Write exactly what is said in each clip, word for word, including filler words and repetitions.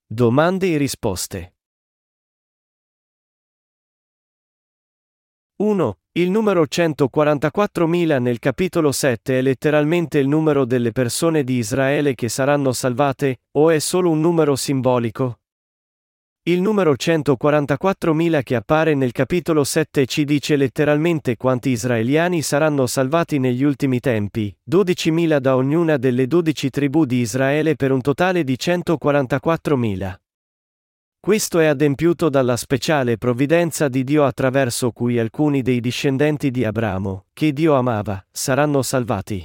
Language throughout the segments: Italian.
Domande e risposte. uno. Il numero centoquarantaquattromila nel capitolo sette è letteralmente il numero delle persone di Israele che saranno salvate, o è solo un numero simbolico? Il numero centoquarantaquattromila che appare nel capitolo sette ci dice letteralmente quanti israeliani saranno salvati negli ultimi tempi, dodicimila da ognuna delle dodici tribù di Israele per un totale di centoquarantaquattromila. Questo è adempiuto dalla speciale provvidenza di Dio attraverso cui alcuni dei discendenti di Abramo, che Dio amava, saranno salvati.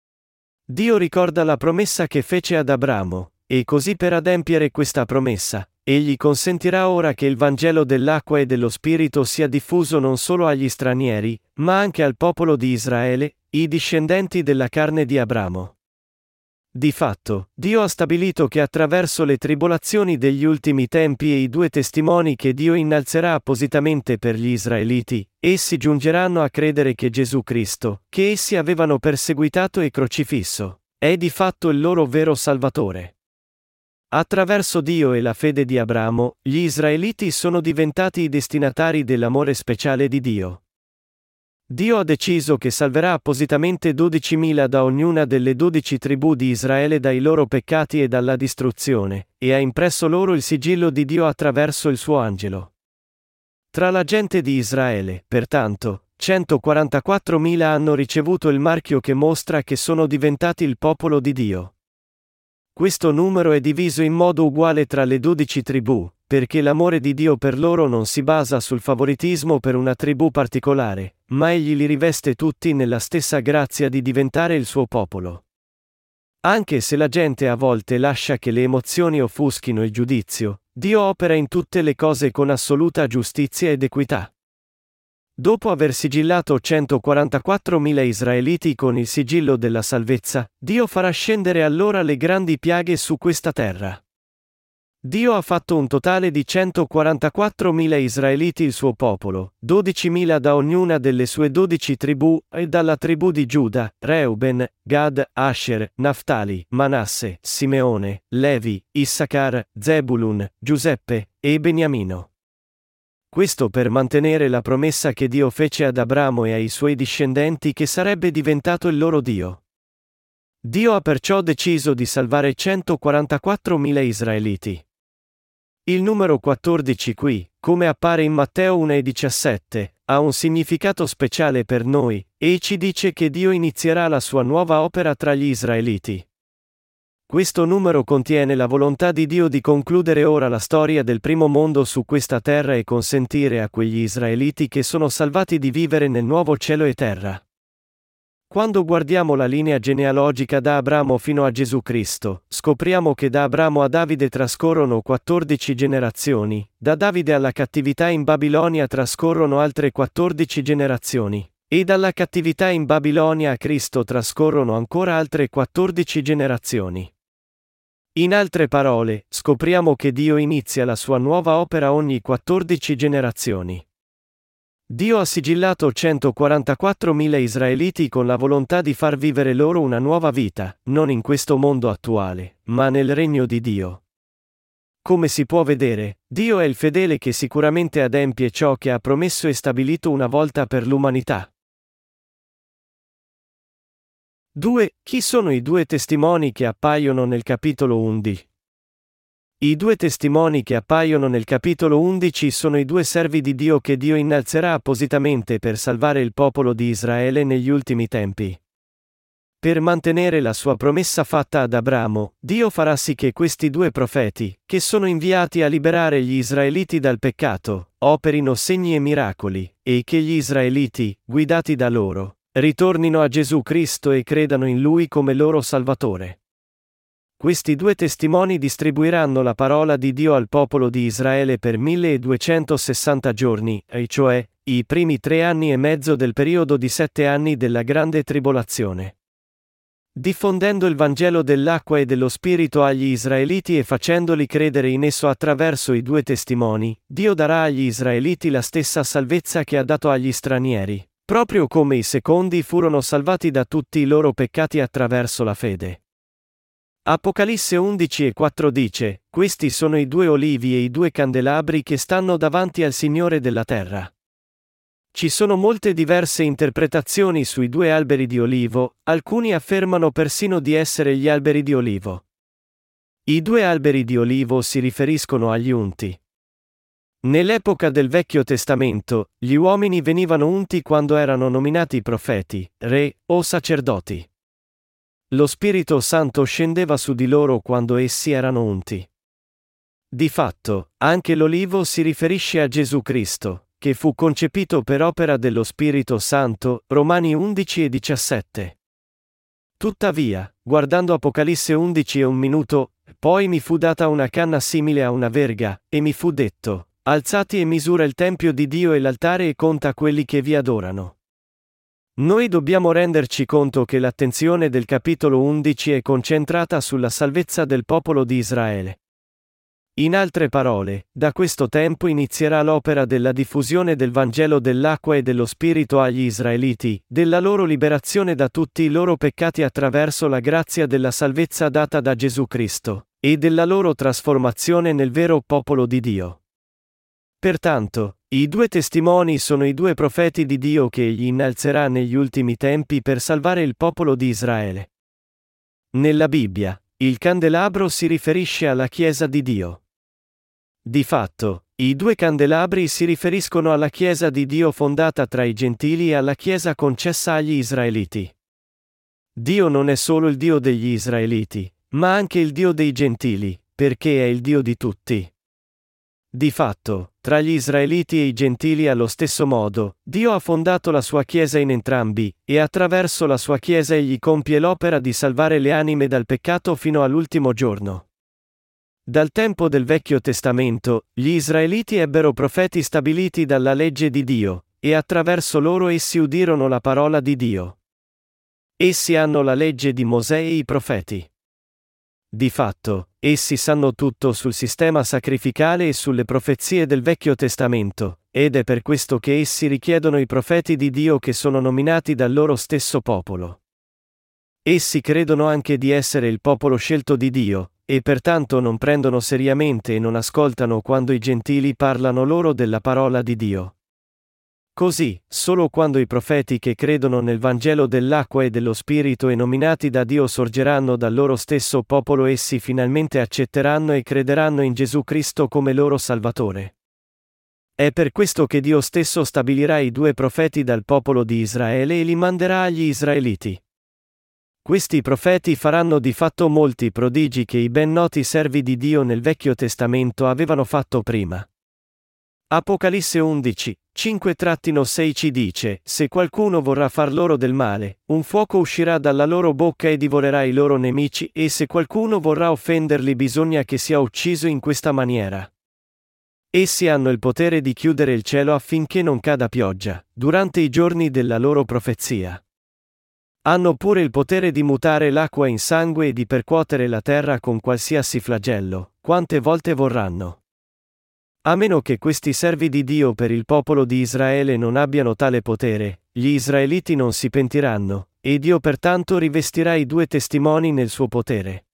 Dio ricorda la promessa che fece ad Abramo, e così per adempiere questa promessa, egli consentirà ora che il Vangelo dell'acqua e dello Spirito sia diffuso non solo agli stranieri, ma anche al popolo di Israele, i discendenti della carne di Abramo. Di fatto, Dio ha stabilito che attraverso le tribolazioni degli ultimi tempi e i due testimoni che Dio innalzerà appositamente per gli israeliti, essi giungeranno a credere che Gesù Cristo, che essi avevano perseguitato e crocifisso, è di fatto il loro vero Salvatore. Attraverso Dio e la fede di Abramo, gli israeliti sono diventati i destinatari dell'amore speciale di Dio. Dio ha deciso che salverà appositamente dodicimila da ognuna delle dodici tribù di Israele dai loro peccati e dalla distruzione, e ha impresso loro il sigillo di Dio attraverso il suo angelo. Tra la gente di Israele, pertanto, centoquarantaquattromila hanno ricevuto il marchio che mostra che sono diventati il popolo di Dio. Questo numero è diviso in modo uguale tra le dodici tribù, perché l'amore di Dio per loro non si basa sul favoritismo per una tribù particolare, ma egli li riveste tutti nella stessa grazia di diventare il suo popolo. Anche se la gente a volte lascia che le emozioni offuschino il giudizio, Dio opera in tutte le cose con assoluta giustizia ed equità. Dopo aver sigillato centoquarantaquattromila israeliti con il sigillo della salvezza, Dio farà scendere allora le grandi piaghe su questa terra. Dio ha fatto un totale di centoquarantaquattromila israeliti il suo popolo, dodicimila da ognuna delle sue dodici tribù, e dalla tribù di Giuda, Reuben, Gad, Asher, Naftali, Manasse, Simeone, Levi, Issachar, Zebulun, Giuseppe, e Beniamino. Questo per mantenere la promessa che Dio fece ad Abramo e ai suoi discendenti che sarebbe diventato il loro Dio. Dio ha perciò deciso di salvare centoquarantaquattromila israeliti. Il numero quattordici qui, come appare in Matteo uno e diciassette, ha un significato speciale per noi, e ci dice che Dio inizierà la sua nuova opera tra gli israeliti. Questo numero contiene la volontà di Dio di concludere ora la storia del primo mondo su questa terra e consentire a quegli israeliti che sono salvati di vivere nel nuovo cielo e terra. Quando guardiamo la linea genealogica da Abramo fino a Gesù Cristo, scopriamo che da Abramo a Davide trascorrono quattordici generazioni, da Davide alla cattività in Babilonia trascorrono altre quattordici generazioni, e dalla cattività in Babilonia a Cristo trascorrono ancora altre quattordici generazioni. In altre parole, scopriamo che Dio inizia la sua nuova opera ogni quattordici generazioni. Dio ha sigillato centoquarantaquattromila israeliti con la volontà di far vivere loro una nuova vita, non in questo mondo attuale, ma nel regno di Dio. Come si può vedere, Dio è il fedele che sicuramente adempie ciò che ha promesso e stabilito una volta per l'umanità. due. Chi sono i due testimoni che appaiono nel capitolo undici? I due testimoni che appaiono nel capitolo undici sono i due servi di Dio che Dio innalzerà appositamente per salvare il popolo di Israele negli ultimi tempi. Per mantenere la sua promessa fatta ad Abramo, Dio farà sì che questi due profeti, che sono inviati a liberare gli israeliti dal peccato, operino segni e miracoli, e che gli israeliti, guidati da loro, ritornino a Gesù Cristo e credano in Lui come loro Salvatore. Questi due testimoni distribuiranno la parola di Dio al popolo di Israele per milleduecentosessanta giorni, e cioè, i primi tre anni e mezzo del periodo di sette anni della grande tribolazione. Diffondendo il Vangelo dell'acqua e dello Spirito agli israeliti e facendoli credere in esso attraverso i due testimoni, Dio darà agli israeliti la stessa salvezza che ha dato agli stranieri, proprio come i secondi furono salvati da tutti i loro peccati attraverso la fede. Apocalisse undici e quattro dice: questi sono i due olivi e i due candelabri che stanno davanti al Signore della terra. Ci sono molte diverse interpretazioni sui due alberi di olivo, alcuni affermano persino di essere gli alberi di olivo. I due alberi di olivo si riferiscono agli unti. Nell'epoca del Vecchio Testamento, gli uomini venivano unti quando erano nominati profeti, re o sacerdoti. Lo Spirito Santo scendeva su di loro quando essi erano unti. Di fatto, anche l'olivo si riferisce a Gesù Cristo, che fu concepito per opera dello Spirito Santo, Romani undici e diciassette. Tuttavia, guardando Apocalisse undici e un minuto, poi mi fu data una canna simile a una verga, e mi fu detto: alzati e misura il tempio di Dio e l'altare e conta quelli che vi adorano. Noi dobbiamo renderci conto che l'attenzione del capitolo undici è concentrata sulla salvezza del popolo di Israele. In altre parole, da questo tempo inizierà l'opera della diffusione del Vangelo dell'acqua e dello Spirito agli Israeliti, della loro liberazione da tutti i loro peccati attraverso la grazia della salvezza data da Gesù Cristo, e della loro trasformazione nel vero popolo di Dio. Pertanto, i due testimoni sono i due profeti di Dio che egli innalzerà negli ultimi tempi per salvare il popolo di Israele. Nella Bibbia, il candelabro si riferisce alla Chiesa di Dio. Di fatto, i due candelabri si riferiscono alla Chiesa di Dio fondata tra i gentili e alla Chiesa concessa agli Israeliti. Dio non è solo il Dio degli Israeliti, ma anche il Dio dei gentili, perché è il Dio di tutti. Di fatto, tra gli Israeliti e i gentili allo stesso modo, Dio ha fondato la sua Chiesa in entrambi, e attraverso la sua Chiesa egli compie l'opera di salvare le anime dal peccato fino all'ultimo giorno. Dal tempo del Vecchio Testamento, gli Israeliti ebbero profeti stabiliti dalla legge di Dio, e attraverso loro essi udirono la parola di Dio. Essi hanno la legge di Mosè e i profeti. Di fatto, essi sanno tutto sul sistema sacrificale e sulle profezie del Vecchio Testamento, ed è per questo che essi richiedono i profeti di Dio che sono nominati dal loro stesso popolo. Essi credono anche di essere il popolo scelto di Dio, e pertanto non prendono seriamente e non ascoltano quando i gentili parlano loro della parola di Dio. Così, solo quando i profeti che credono nel Vangelo dell'acqua e dello Spirito e nominati da Dio sorgeranno dal loro stesso popolo essi finalmente accetteranno e crederanno in Gesù Cristo come loro Salvatore. È per questo che Dio stesso stabilirà i due profeti dal popolo di Israele e li manderà agli Israeliti. Questi profeti faranno di fatto molti prodigi che i ben noti servi di Dio nel Vecchio Testamento avevano fatto prima. Apocalisse undici, cinque sei ci dice: se qualcuno vorrà far loro del male, un fuoco uscirà dalla loro bocca e divorerà i loro nemici, e se qualcuno vorrà offenderli bisogna che sia ucciso in questa maniera. Essi hanno il potere di chiudere il cielo affinché non cada pioggia, durante i giorni della loro profezia. Hanno pure il potere di mutare l'acqua in sangue e di percuotere la terra con qualsiasi flagello, quante volte vorranno. A meno che questi servi di Dio per il popolo di Israele non abbiano tale potere, gli Israeliti non si pentiranno, e Dio pertanto rivestirà i due testimoni nel suo potere.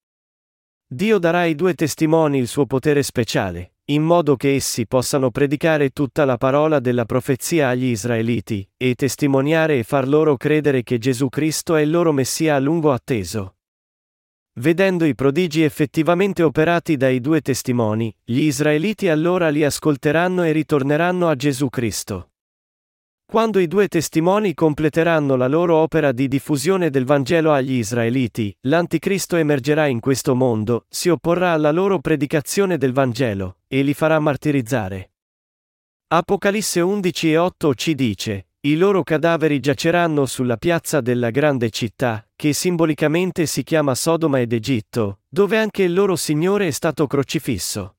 Dio darà ai due testimoni il suo potere speciale, in modo che essi possano predicare tutta la parola della profezia agli Israeliti, e testimoniare e far loro credere che Gesù Cristo è il loro Messia a lungo atteso. Vedendo i prodigi effettivamente operati dai due testimoni, gli Israeliti allora li ascolteranno e ritorneranno a Gesù Cristo. Quando i due testimoni completeranno la loro opera di diffusione del Vangelo agli Israeliti, l'Anticristo emergerà in questo mondo, si opporrà alla loro predicazione del Vangelo, e li farà martirizzare. Apocalisse undici e otto ci dice: i loro cadaveri giaceranno sulla piazza della grande città, che simbolicamente si chiama Sodoma ed Egitto, dove anche il loro Signore è stato crocifisso.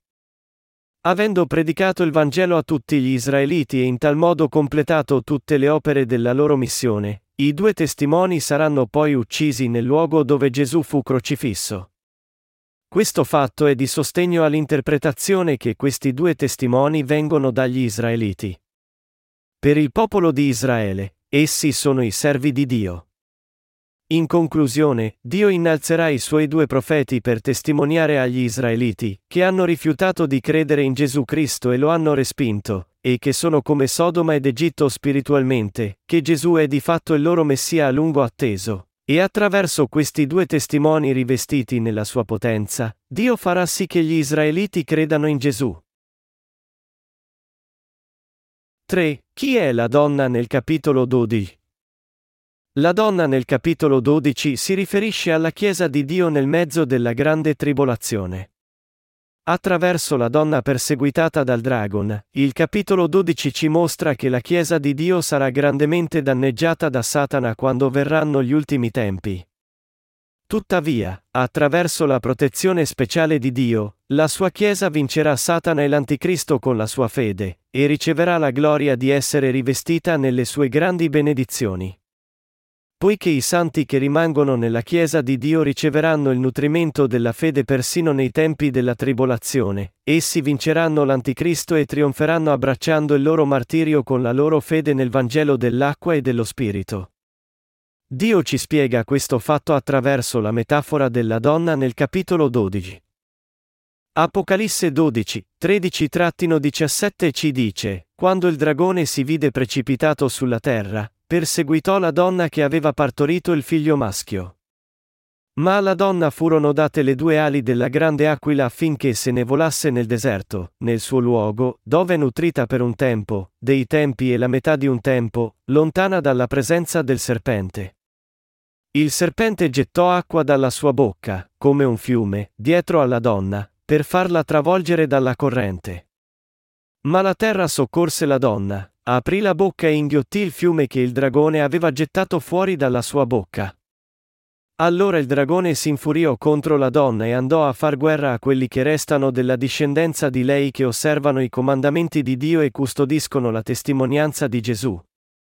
Avendo predicato il Vangelo a tutti gli Israeliti e in tal modo completato tutte le opere della loro missione, i due testimoni saranno poi uccisi nel luogo dove Gesù fu crocifisso. Questo fatto è di sostegno all'interpretazione che questi due testimoni vengono dagli Israeliti. Per il popolo di Israele, essi sono i servi di Dio. In conclusione, Dio innalzerà i suoi due profeti per testimoniare agli israeliti, che hanno rifiutato di credere in Gesù Cristo e lo hanno respinto, e che sono come Sodoma ed Egitto spiritualmente, che Gesù è di fatto il loro Messia a lungo atteso. E attraverso questi due testimoni rivestiti nella sua potenza, Dio farà sì che gli israeliti credano in Gesù. tre. Chi è la donna nel capitolo dodici? La donna nel capitolo dodici si riferisce alla Chiesa di Dio nel mezzo della grande tribolazione. Attraverso la donna perseguitata dal Dragon, il capitolo dodici ci mostra che la Chiesa di Dio sarà grandemente danneggiata da Satana quando verranno gli ultimi tempi. Tuttavia, attraverso la protezione speciale di Dio, la sua Chiesa vincerà Satana e l'Anticristo con la sua fede, e riceverà la gloria di essere rivestita nelle sue grandi benedizioni. Poiché i santi che rimangono nella Chiesa di Dio riceveranno il nutrimento della fede persino nei tempi della tribolazione, essi vinceranno l'Anticristo e trionferanno abbracciando il loro martirio con la loro fede nel Vangelo dell'acqua e dello Spirito. Dio ci spiega questo fatto attraverso la metafora della donna nel capitolo dodici. Apocalisse dodici, tredici diciassette ci dice: quando il dragone si vide precipitato sulla terra, perseguitò la donna che aveva partorito il figlio maschio. Ma alla donna furono date le due ali della grande aquila affinché se ne volasse nel deserto, nel suo luogo, dove è nutrita per un tempo, dei tempi e la metà di un tempo, lontana dalla presenza del serpente. Il serpente gettò acqua dalla sua bocca, come un fiume, dietro alla donna, per farla travolgere dalla corrente. Ma la terra soccorse la donna, aprì la bocca e inghiottì il fiume che il dragone aveva gettato fuori dalla sua bocca. Allora il dragone si infuriò contro la donna e andò a far guerra a quelli che restano della discendenza di lei che osservano i comandamenti di Dio e custodiscono la testimonianza di Gesù.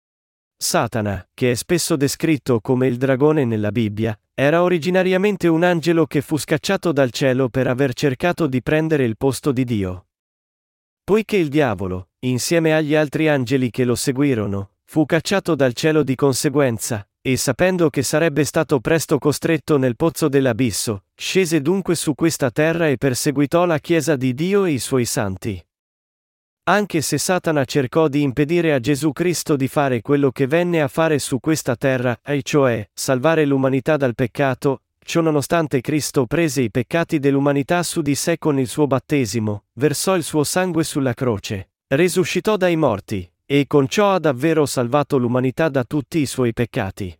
Satana, che è spesso descritto come il dragone nella Bibbia, era originariamente un angelo che fu scacciato dal cielo per aver cercato di prendere il posto di Dio. Poiché il diavolo, insieme agli altri angeli che lo seguirono, fu cacciato dal cielo di conseguenza, e sapendo che sarebbe stato presto costretto nel pozzo dell'abisso, scese dunque su questa terra e perseguitò la Chiesa di Dio e i suoi santi. Anche se Satana cercò di impedire a Gesù Cristo di fare quello che venne a fare su questa terra, e cioè, salvare l'umanità dal peccato, ciononostante Cristo prese i peccati dell'umanità su di sé con il suo battesimo, versò il suo sangue sulla croce, risuscitò dai morti, e con ciò ha davvero salvato l'umanità da tutti i suoi peccati.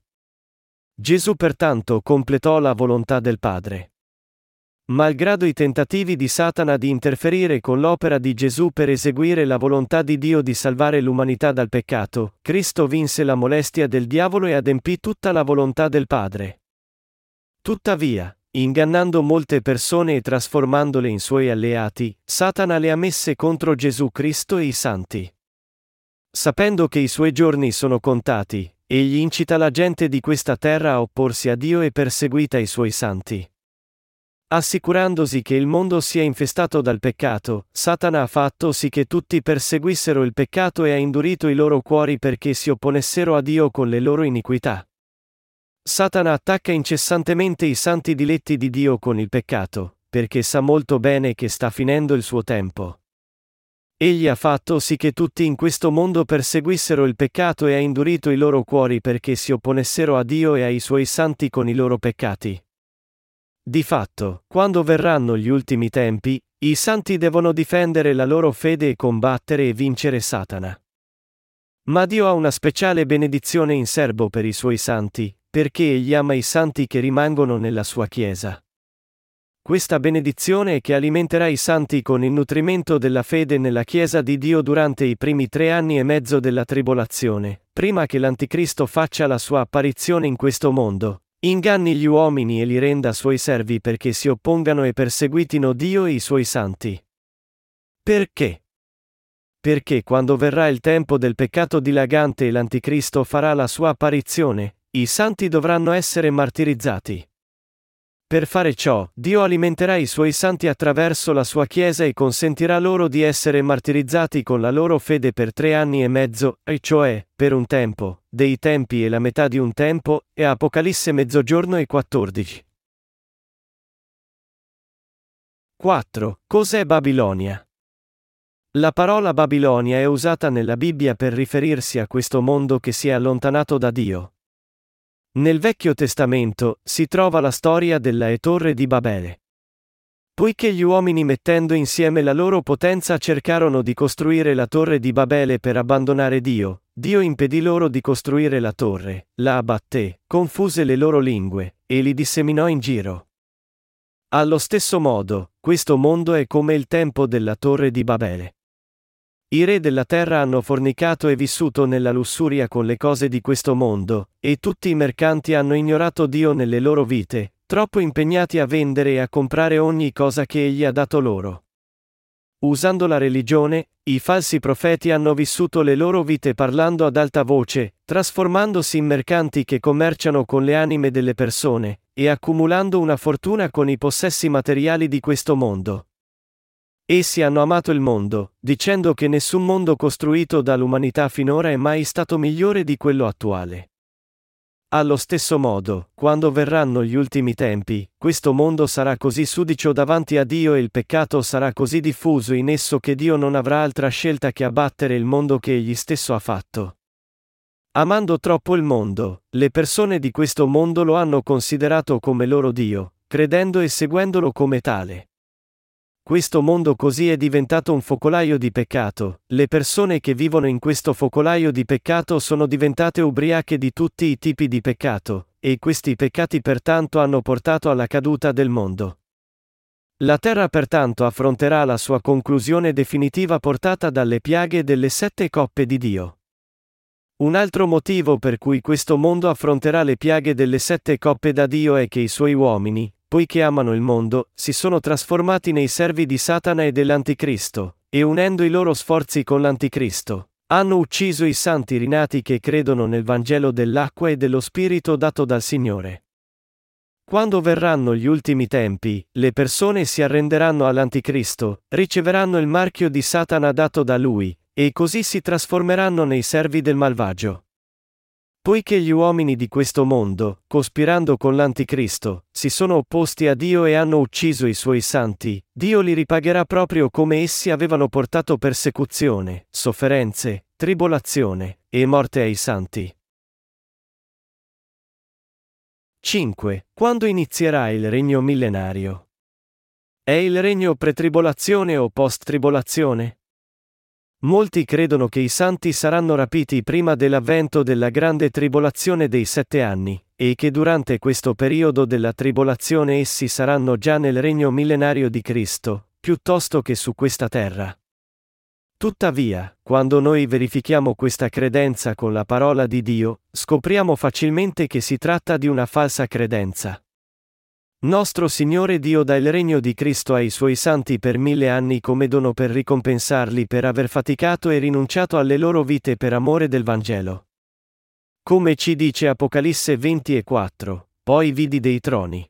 Gesù pertanto completò la volontà del Padre. Malgrado i tentativi di Satana di interferire con l'opera di Gesù per eseguire la volontà di Dio di salvare l'umanità dal peccato, Cristo vinse la molestia del diavolo e adempì tutta la volontà del Padre. Tuttavia, ingannando molte persone e trasformandole in suoi alleati, Satana le ha messe contro Gesù Cristo e i santi. Sapendo che i suoi giorni sono contati, egli incita la gente di questa terra a opporsi a Dio e perseguita i suoi santi. Assicurandosi che il mondo sia infestato dal peccato, Satana ha fatto sì che tutti perseguissero il peccato e ha indurito i loro cuori perché si opponessero a Dio con le loro iniquità. Satana attacca incessantemente i santi diletti di Dio con il peccato, perché sa molto bene che sta finendo il suo tempo. Egli ha fatto sì che tutti in questo mondo perseguissero il peccato e ha indurito i loro cuori perché si opponessero a Dio e ai suoi santi con i loro peccati. Di fatto, quando verranno gli ultimi tempi, i santi devono difendere la loro fede e combattere e vincere Satana. Ma Dio ha una speciale benedizione in serbo per i suoi santi, perché egli ama i santi che rimangono nella sua Chiesa. Questa benedizione è che alimenterà i santi con il nutrimento della fede nella Chiesa di Dio durante i primi tre anni e mezzo della tribolazione, prima che l'Anticristo faccia la sua apparizione in questo mondo. Inganni gli uomini e li renda suoi servi perché si oppongano e perseguitino Dio e i suoi santi. Perché? Perché quando verrà il tempo del peccato dilagante e l'Anticristo farà la sua apparizione, i santi dovranno essere martirizzati. Per fare ciò, Dio alimenterà i suoi santi attraverso la sua Chiesa e consentirà loro di essere martirizzati con la loro fede per tre anni e mezzo, e cioè, per un tempo, dei tempi e la metà di un tempo, e Apocalisse mezzogiorno e quattordici. quattro. Cos'è Babilonia? La parola Babilonia è usata nella Bibbia per riferirsi a questo mondo che si è allontanato da Dio. Nel Vecchio Testamento si trova la storia della Torre di Babele. Poiché gli uomini mettendo insieme la loro potenza cercarono di costruire la Torre di Babele per abbandonare Dio, Dio impedì loro di costruire la torre, la abbatté, confuse le loro lingue, e li disseminò in giro. Allo stesso modo, questo mondo è come il tempo della Torre di Babele. I re della terra hanno fornicato e vissuto nella lussuria con le cose di questo mondo, e tutti i mercanti hanno ignorato Dio nelle loro vite, troppo impegnati a vendere e a comprare ogni cosa che Egli ha dato loro. Usando la religione, i falsi profeti hanno vissuto le loro vite parlando ad alta voce, trasformandosi in mercanti che commerciano con le anime delle persone, e accumulando una fortuna con i possessi materiali di questo mondo. Essi hanno amato il mondo, dicendo che nessun mondo costruito dall'umanità finora è mai stato migliore di quello attuale. Allo stesso modo, quando verranno gli ultimi tempi, questo mondo sarà così sudicio davanti a Dio e il peccato sarà così diffuso in esso che Dio non avrà altra scelta che abbattere il mondo che Egli stesso ha fatto. Amando troppo il mondo, le persone di questo mondo lo hanno considerato come loro Dio, credendo e seguendolo come tale. Questo mondo così è diventato un focolaio di peccato, le persone che vivono in questo focolaio di peccato sono diventate ubriache di tutti i tipi di peccato, e questi peccati pertanto hanno portato alla caduta del mondo. La terra pertanto affronterà la sua conclusione definitiva portata dalle piaghe delle sette coppe di Dio. Un altro motivo per cui questo mondo affronterà le piaghe delle sette coppe da Dio è che i suoi uomini, poiché amano il mondo, si sono trasformati nei servi di Satana e dell'Anticristo, e unendo i loro sforzi con l'Anticristo, hanno ucciso i santi rinati che credono nel Vangelo dell'acqua e dello Spirito dato dal Signore. Quando verranno gli ultimi tempi, le persone si arrenderanno all'Anticristo, riceveranno il marchio di Satana dato da lui, e così si trasformeranno nei servi del malvagio. Poiché gli uomini di questo mondo, cospirando con l'Anticristo, si sono opposti a Dio e hanno ucciso i suoi santi, Dio li ripagherà proprio come essi avevano portato persecuzione, sofferenze, tribolazione, e morte ai santi. cinque. Quando inizierà il regno millenario? È il regno pretribolazione o post-tribolazione? Molti credono che i santi saranno rapiti prima dell'avvento della grande tribolazione dei sette anni, e che durante questo periodo della tribolazione essi saranno già nel regno millenario di Cristo, piuttosto che su questa terra. Tuttavia, quando noi verifichiamo questa credenza con la parola di Dio, scopriamo facilmente che si tratta di una falsa credenza. Nostro Signore Dio dà il regno di Cristo ai Suoi santi per mille anni come dono per ricompensarli per aver faticato e rinunciato alle loro vite per amore del Vangelo. Come ci dice Apocalisse venti e quattro, poi vidi dei troni.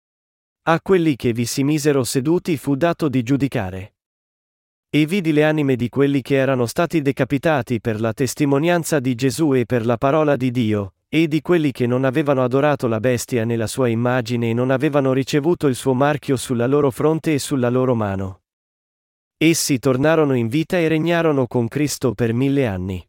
A quelli che vi si misero seduti fu dato di giudicare. E vidi le anime di quelli che erano stati decapitati per la testimonianza di Gesù e per la parola di Dio, e di quelli che non avevano adorato la bestia né la sua immagine e non avevano ricevuto il suo marchio sulla loro fronte e sulla loro mano. Essi tornarono in vita e regnarono con Cristo per mille anni.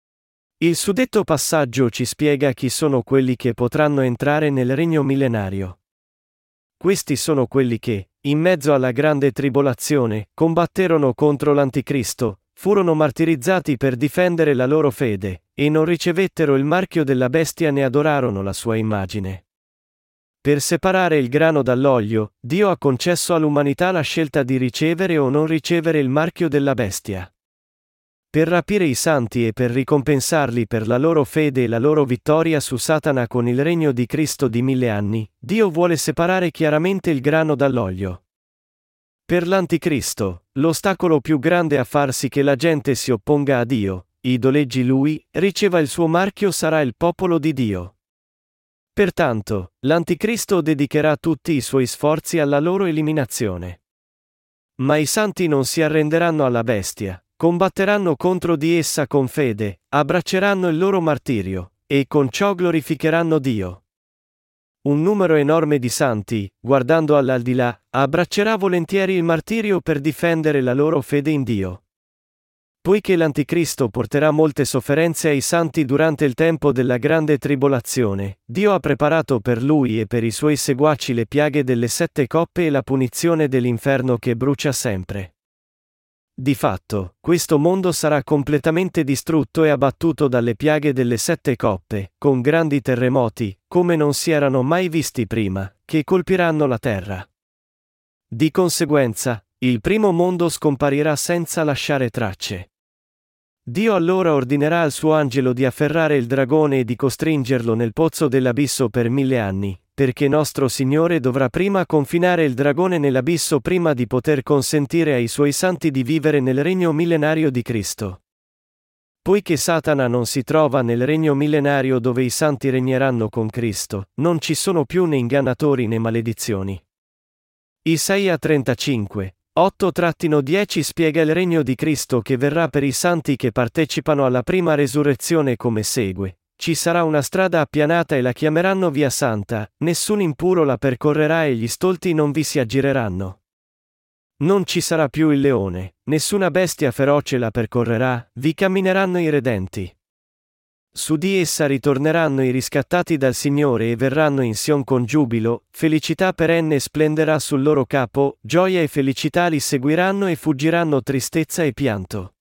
Il suddetto passaggio ci spiega chi sono quelli che potranno entrare nel regno millenario. Questi sono quelli che, in mezzo alla grande tribolazione, combatterono contro l'Anticristo, furono martirizzati per difendere la loro fede, e non ricevettero il marchio della bestia né adorarono la sua immagine. Per separare il grano dall'olio, Dio ha concesso all'umanità la scelta di ricevere o non ricevere il marchio della bestia. Per rapire i santi e per ricompensarli per la loro fede e la loro vittoria su Satana con il regno di Cristo di mille anni, Dio vuole separare chiaramente il grano dall'olio. Per l'Anticristo, l'ostacolo più grande a far sì che la gente si opponga a Dio, idoleggi Lui, riceva il suo marchio sarà il popolo di Dio. Pertanto, l'Anticristo dedicherà tutti i suoi sforzi alla loro eliminazione. Ma i santi non si arrenderanno alla bestia, combatteranno contro di essa con fede, abbracceranno il loro martirio, e con ciò glorificheranno Dio. Un numero enorme di santi, guardando all'aldilà, abbraccerà volentieri il martirio per difendere la loro fede in Dio. Poiché l'Anticristo porterà molte sofferenze ai santi durante il tempo della grande tribolazione, Dio ha preparato per lui e per i suoi seguaci le piaghe delle sette coppe e la punizione dell'inferno che brucia sempre. Di fatto, questo mondo sarà completamente distrutto e abbattuto dalle piaghe delle sette coppe, con grandi terremoti, come non si erano mai visti prima, che colpiranno la terra. Di conseguenza, il primo mondo scomparirà senza lasciare tracce. Dio allora ordinerà al suo angelo di afferrare il dragone e di costringerlo nel pozzo dell'abisso per mille anni, perché nostro Signore dovrà prima confinare il dragone nell'abisso prima di poter consentire ai suoi santi di vivere nel regno millenario di Cristo. Poiché Satana non si trova nel regno millenario dove i santi regneranno con Cristo, non ci sono più né ingannatori né maledizioni. Isaia trentacinque, otto dieci spiega il regno di Cristo che verrà per i santi che partecipano alla prima resurrezione come segue. Ci sarà una strada appianata e la chiameranno via santa, nessun impuro la percorrerà e gli stolti non vi si aggireranno. Non ci sarà più il leone, nessuna bestia feroce la percorrerà, vi cammineranno i redenti. Su di essa ritorneranno i riscattati dal Signore e verranno in Sion con giubilo, felicità perenne splenderà sul loro capo, gioia e felicità li seguiranno e fuggiranno tristezza e pianto.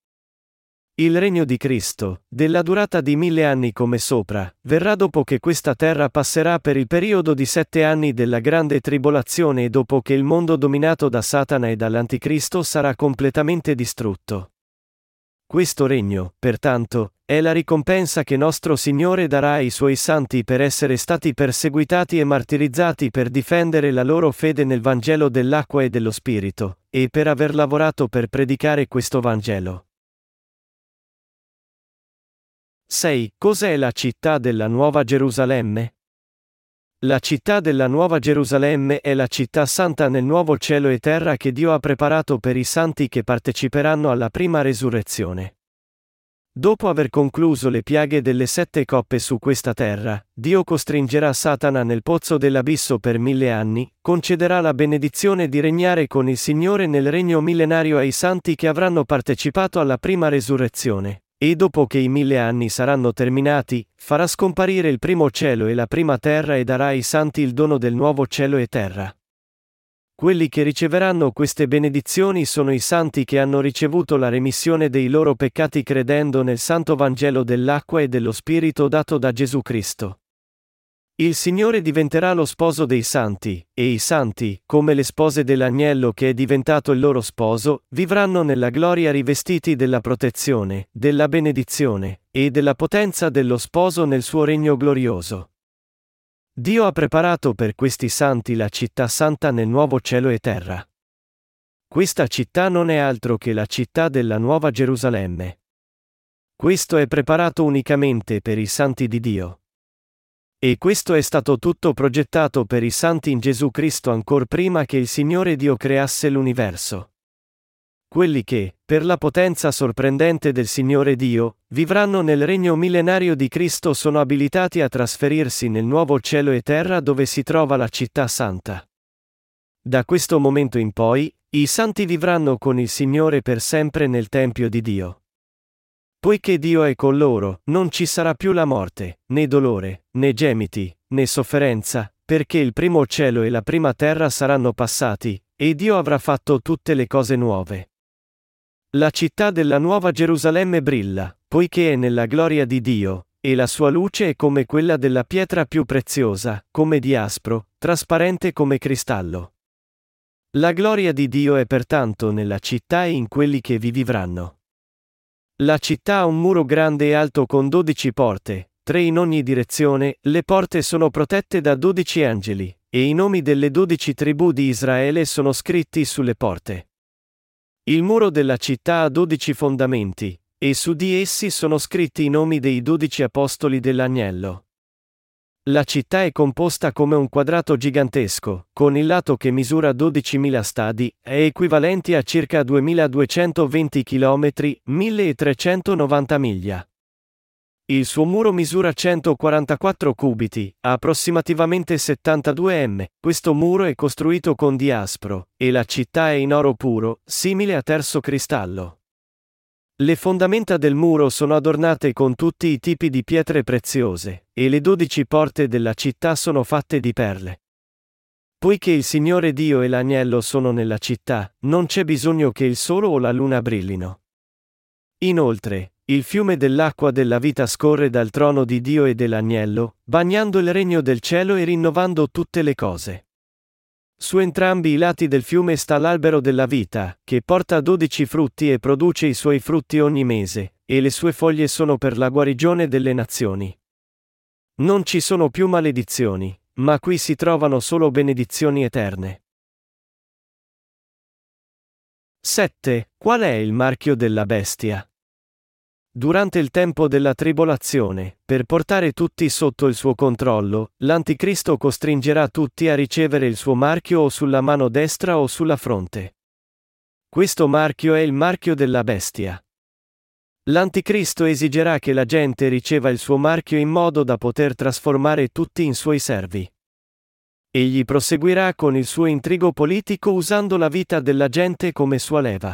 Il regno di Cristo, della durata di mille anni come sopra, verrà dopo che questa terra passerà per il periodo di sette anni della grande tribolazione e dopo che il mondo dominato da Satana e dall'Anticristo sarà completamente distrutto. Questo regno, pertanto, è la ricompensa che nostro Signore darà ai suoi santi per essere stati perseguitati e martirizzati per difendere la loro fede nel Vangelo dell'acqua e dello Spirito, e per aver lavorato per predicare questo Vangelo. sei. Cos'è la città della Nuova Gerusalemme? La città della Nuova Gerusalemme è la città santa nel nuovo cielo e terra che Dio ha preparato per i santi che parteciperanno alla prima resurrezione. Dopo aver concluso le piaghe delle sette coppe su questa terra, Dio costringerà Satana nel pozzo dell'abisso per mille anni, concederà la benedizione di regnare con il Signore nel regno millenario ai santi che avranno partecipato alla prima resurrezione. E dopo che i mille anni saranno terminati, farà scomparire il primo cielo e la prima terra e darà ai santi il dono del nuovo cielo e terra. Quelli che riceveranno queste benedizioni sono i santi che hanno ricevuto la remissione dei loro peccati credendo nel santo Vangelo dell'acqua e dello Spirito dato da Gesù Cristo. Il Signore diventerà lo sposo dei santi, e i santi, come le spose dell'agnello che è diventato il loro sposo, vivranno nella gloria rivestiti della protezione, della benedizione, e della potenza dello sposo nel suo regno glorioso. Dio ha preparato per questi santi la città santa nel nuovo cielo e terra. Questa città non è altro che la città della Nuova Gerusalemme. Questo è preparato unicamente per i santi di Dio. E questo è stato tutto progettato per i santi in Gesù Cristo ancor prima che il Signore Dio creasse l'universo. Quelli che, per la potenza sorprendente del Signore Dio, vivranno nel regno millenario di Cristo sono abilitati a trasferirsi nel nuovo cielo e terra dove si trova la città santa. Da questo momento in poi, i santi vivranno con il Signore per sempre nel Tempio di Dio. Poiché Dio è con loro, non ci sarà più la morte, né dolore, né gemiti, né sofferenza, perché il primo cielo e la prima terra saranno passati, e Dio avrà fatto tutte le cose nuove. La città della Nuova Gerusalemme brilla, poiché è nella gloria di Dio, e la sua luce è come quella della pietra più preziosa, come di aspro, trasparente come cristallo. La gloria di Dio è pertanto nella città e in quelli che vi vivranno. La città ha un muro grande e alto con dodici porte, tre in ogni direzione, le porte sono protette da dodici angeli, e i nomi delle dodici tribù di Israele sono scritti sulle porte. Il muro della città ha dodici fondamenti, e su di essi sono scritti i nomi dei dodici apostoli dell'agnello. La città è composta come un quadrato gigantesco, con il lato che misura dodicimila stadi, e equivalenti a circa duemiladuecentoventi chilometri, milletrecentonovanta miglia. Il suo muro misura centoquarantaquattro cubiti, approssimativamente settantadue metri. Questo muro è costruito con diaspro, e la città è in oro puro, simile a terzo cristallo. Le fondamenta del muro sono adornate con tutti i tipi di pietre preziose, e le dodici porte della città sono fatte di perle. Poiché il Signore Dio e l'Agnello sono nella città, non c'è bisogno che il sole o la luna brillino. Inoltre, il fiume dell'acqua della vita scorre dal trono di Dio e dell'Agnello, bagnando il regno del cielo e rinnovando tutte le cose. Su entrambi i lati del fiume sta l'albero della vita, che porta dodici frutti e produce i suoi frutti ogni mese, e le sue foglie sono per la guarigione delle nazioni. Non ci sono più maledizioni, ma qui si trovano solo benedizioni eterne. sette. Qual è il marchio della bestia? Durante il tempo della tribolazione, per portare tutti sotto il suo controllo, l'Anticristo costringerà tutti a ricevere il suo marchio o sulla mano destra o sulla fronte. Questo marchio è il marchio della bestia. L'Anticristo esigerà che la gente riceva il suo marchio in modo da poter trasformare tutti in suoi servi. Egli proseguirà con il suo intrigo politico usando la vita della gente come sua leva.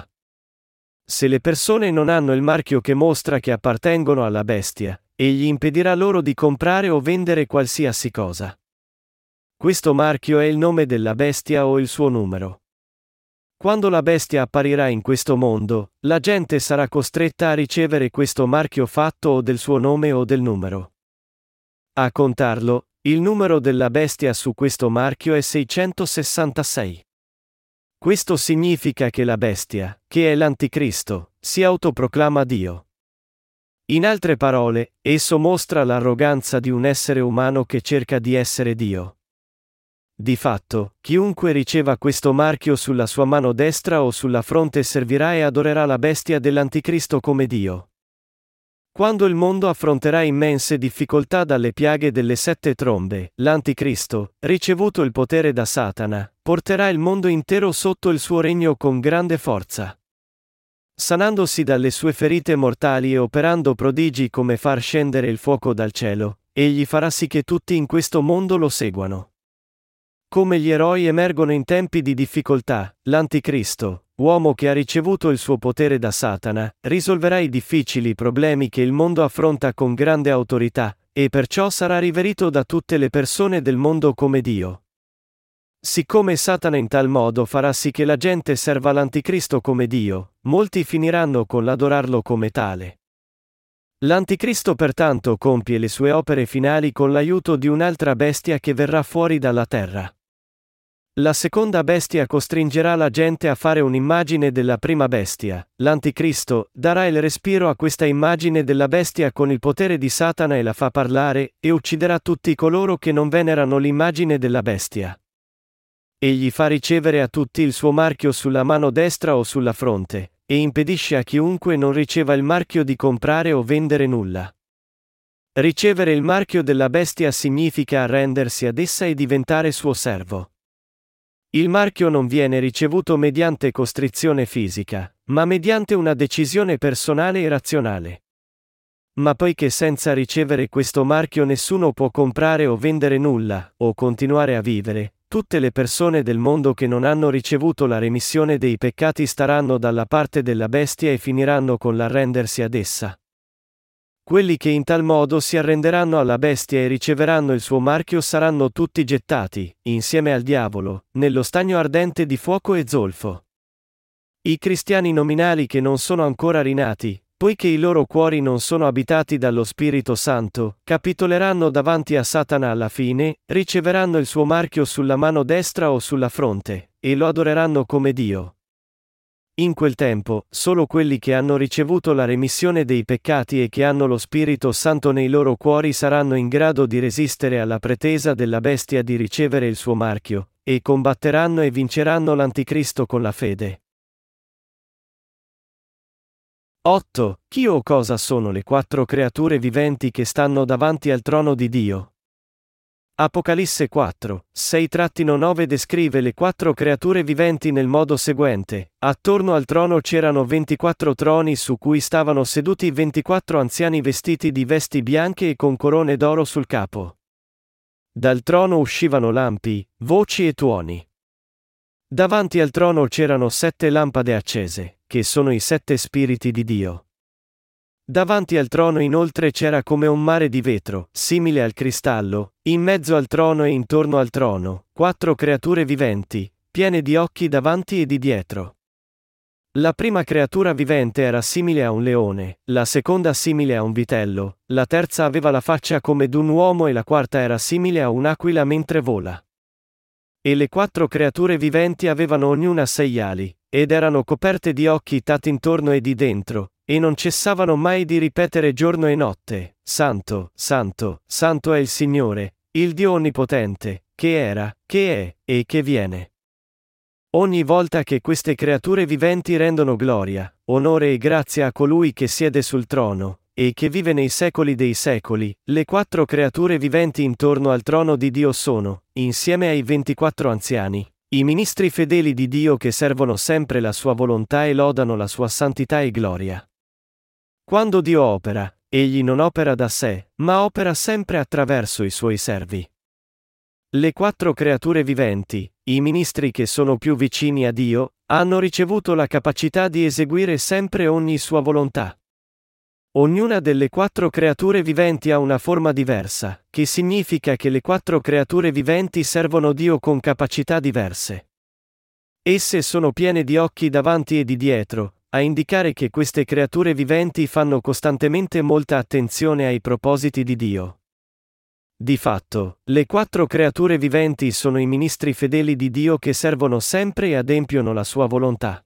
Se le persone non hanno il marchio che mostra che appartengono alla bestia, egli impedirà loro di comprare o vendere qualsiasi cosa. Questo marchio è il nome della bestia o il suo numero. Quando la bestia apparirà in questo mondo, la gente sarà costretta a ricevere questo marchio fatto o del suo nome o del numero. A contarlo, il numero della bestia su questo marchio è seicentosessantasei. Questo significa che la bestia, che è l'Anticristo, si autoproclama Dio. In altre parole, esso mostra l'arroganza di un essere umano che cerca di essere Dio. Di fatto, chiunque riceva questo marchio sulla sua mano destra o sulla fronte servirà e adorerà la bestia dell'Anticristo come Dio. Quando il mondo affronterà immense difficoltà dalle piaghe delle sette trombe, l'Anticristo, ricevuto il potere da Satana, porterà il mondo intero sotto il suo regno con grande forza. Sanandosi dalle sue ferite mortali e operando prodigi come far scendere il fuoco dal cielo, egli farà sì che tutti in questo mondo lo seguano. Come gli eroi emergono in tempi di difficoltà, l'Anticristo, uomo che ha ricevuto il suo potere da Satana, risolverà i difficili problemi che il mondo affronta con grande autorità, e perciò sarà riverito da tutte le persone del mondo come Dio. Siccome Satana in tal modo farà sì che la gente serva l'Anticristo come Dio, molti finiranno con l'adorarlo come tale. L'Anticristo pertanto compie le sue opere finali con l'aiuto di un'altra bestia che verrà fuori dalla terra. La seconda bestia costringerà la gente a fare un'immagine della prima bestia. L'Anticristo darà il respiro a questa immagine della bestia con il potere di Satana e la fa parlare, e ucciderà tutti coloro che non venerano l'immagine della bestia. Egli fa ricevere a tutti il suo marchio sulla mano destra o sulla fronte, e impedisce a chiunque non riceva il marchio di comprare o vendere nulla. Ricevere il marchio della bestia significa arrendersi ad essa e diventare suo servo. Il marchio non viene ricevuto mediante costrizione fisica, ma mediante una decisione personale e razionale. Ma poiché senza ricevere questo marchio nessuno può comprare o vendere nulla, o continuare a vivere, tutte le persone del mondo che non hanno ricevuto la remissione dei peccati staranno dalla parte della bestia e finiranno con l'arrendersi ad essa. Quelli che in tal modo si arrenderanno alla bestia e riceveranno il suo marchio saranno tutti gettati, insieme al diavolo, nello stagno ardente di fuoco e zolfo. I cristiani nominali che non sono ancora rinati, poiché i loro cuori non sono abitati dallo Spirito Santo, capitoleranno davanti a Satana alla fine, riceveranno il suo marchio sulla mano destra o sulla fronte, e lo adoreranno come Dio. In quel tempo, solo quelli che hanno ricevuto la remissione dei peccati e che hanno lo Spirito Santo nei loro cuori saranno in grado di resistere alla pretesa della bestia di ricevere il suo marchio, e combatteranno e vinceranno l'Anticristo con la fede. otto. Chi o cosa sono le quattro creature viventi che stanno davanti al trono di Dio? Apocalisse quattro, sei nove descrive le quattro creature viventi nel modo seguente: attorno al trono c'erano ventiquattro troni su cui stavano seduti ventiquattro anziani vestiti di vesti bianche e con corone d'oro sul capo. Dal trono uscivano lampi, voci e tuoni. Davanti al trono c'erano sette lampade accese, che sono i sette spiriti di Dio. Davanti al trono inoltre c'era come un mare di vetro, simile al cristallo, in mezzo al trono e intorno al trono, quattro creature viventi, piene di occhi davanti e di dietro. La prima creatura vivente era simile a un leone, la seconda simile a un vitello, la terza aveva la faccia come d'un uomo e la quarta era simile a un'aquila mentre vola. E le quattro creature viventi avevano ognuna sei ali, ed erano coperte di occhi tatti intorno e di dentro, e non cessavano mai di ripetere giorno e notte: Santo, Santo, Santo è il Signore, il Dio Onnipotente, che era, che è, e che viene. Ogni volta che queste creature viventi rendono gloria, onore e grazia a colui che siede sul trono, e che vive nei secoli dei secoli, le quattro creature viventi intorno al trono di Dio sono, insieme ai ventiquattro anziani, i ministri fedeli di Dio che servono sempre la sua volontà e lodano la sua santità e gloria. Quando Dio opera, egli non opera da sé, ma opera sempre attraverso i suoi servi. Le quattro creature viventi, i ministri che sono più vicini a Dio, hanno ricevuto la capacità di eseguire sempre ogni sua volontà. Ognuna delle quattro creature viventi ha una forma diversa, che significa che le quattro creature viventi servono Dio con capacità diverse. Esse sono piene di occhi davanti e di dietro, a indicare che queste creature viventi fanno costantemente molta attenzione ai propositi di Dio. Di fatto, le quattro creature viventi sono i ministri fedeli di Dio che servono sempre e adempiono la sua volontà.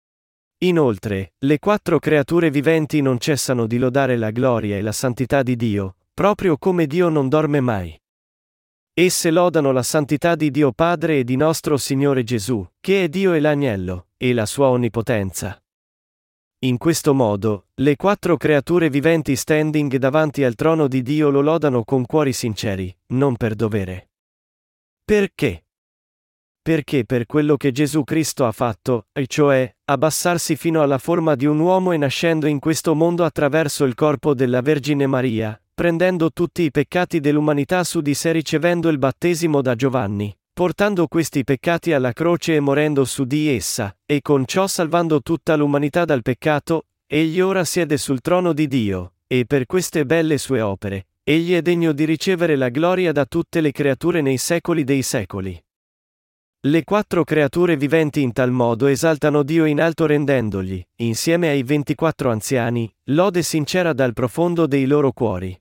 Inoltre, le quattro creature viventi non cessano di lodare la gloria e la santità di Dio, proprio come Dio non dorme mai. Esse lodano la santità di Dio Padre e di nostro Signore Gesù, che è Dio e l'Agnello, e la sua onnipotenza. In questo modo, le quattro creature viventi standing davanti al trono di Dio lo lodano con cuori sinceri, non per dovere. Perché? Perché per quello che Gesù Cristo ha fatto, e cioè, abbassarsi fino alla forma di un uomo e nascendo in questo mondo attraverso il corpo della Vergine Maria, prendendo tutti i peccati dell'umanità su di sé ricevendo il battesimo da Giovanni, portando questi peccati alla croce e morendo su di essa, e con ciò salvando tutta l'umanità dal peccato, egli ora siede sul trono di Dio, e per queste belle sue opere, egli è degno di ricevere la gloria da tutte le creature nei secoli dei secoli. Le quattro creature viventi in tal modo esaltano Dio in alto rendendogli, insieme ai ventiquattro anziani, lode sincera dal profondo dei loro cuori.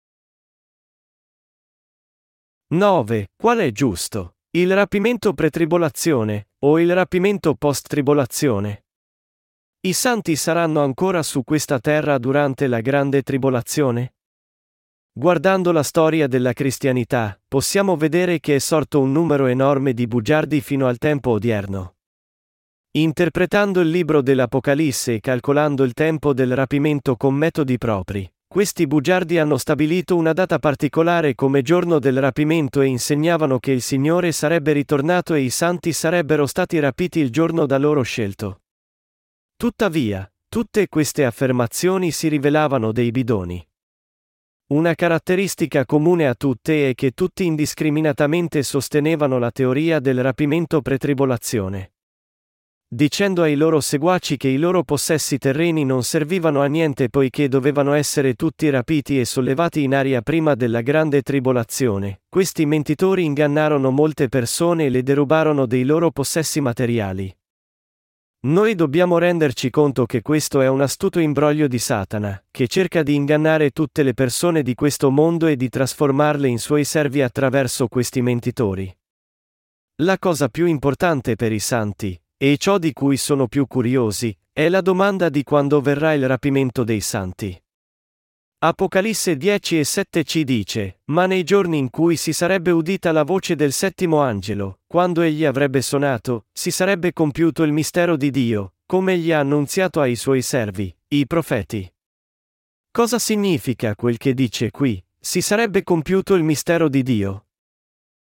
nove. Qual è giusto? Il rapimento pretribolazione, o il rapimento post-tribolazione? I santi saranno ancora su questa terra durante la grande tribolazione? Guardando la storia della cristianità, possiamo vedere che è sorto un numero enorme di bugiardi fino al tempo odierno. Interpretando il libro dell'Apocalisse e calcolando il tempo del rapimento con metodi propri, questi bugiardi hanno stabilito una data particolare come giorno del rapimento e insegnavano che il Signore sarebbe ritornato e i santi sarebbero stati rapiti il giorno da loro scelto. Tuttavia, tutte queste affermazioni si rivelavano dei bidoni. Una caratteristica comune a tutte è che tutti indiscriminatamente sostenevano la teoria del rapimento pretribolazione, dicendo ai loro seguaci che i loro possessi terreni non servivano a niente poiché dovevano essere tutti rapiti e sollevati in aria prima della grande tribolazione. Questi mentitori ingannarono molte persone e le derubarono dei loro possessi materiali. Noi dobbiamo renderci conto che questo è un astuto imbroglio di Satana, che cerca di ingannare tutte le persone di questo mondo e di trasformarle in suoi servi attraverso questi mentitori. La cosa più importante per i santi, e ciò di cui sono più curiosi, è la domanda di quando verrà il rapimento dei santi. Apocalisse dieci e sette ci dice: ma nei giorni in cui si sarebbe udita la voce del settimo angelo, quando egli avrebbe suonato, si sarebbe compiuto il mistero di Dio, come egli ha annunziato ai suoi servi, i profeti. Cosa significa quel che dice qui? Si sarebbe compiuto il mistero di Dio?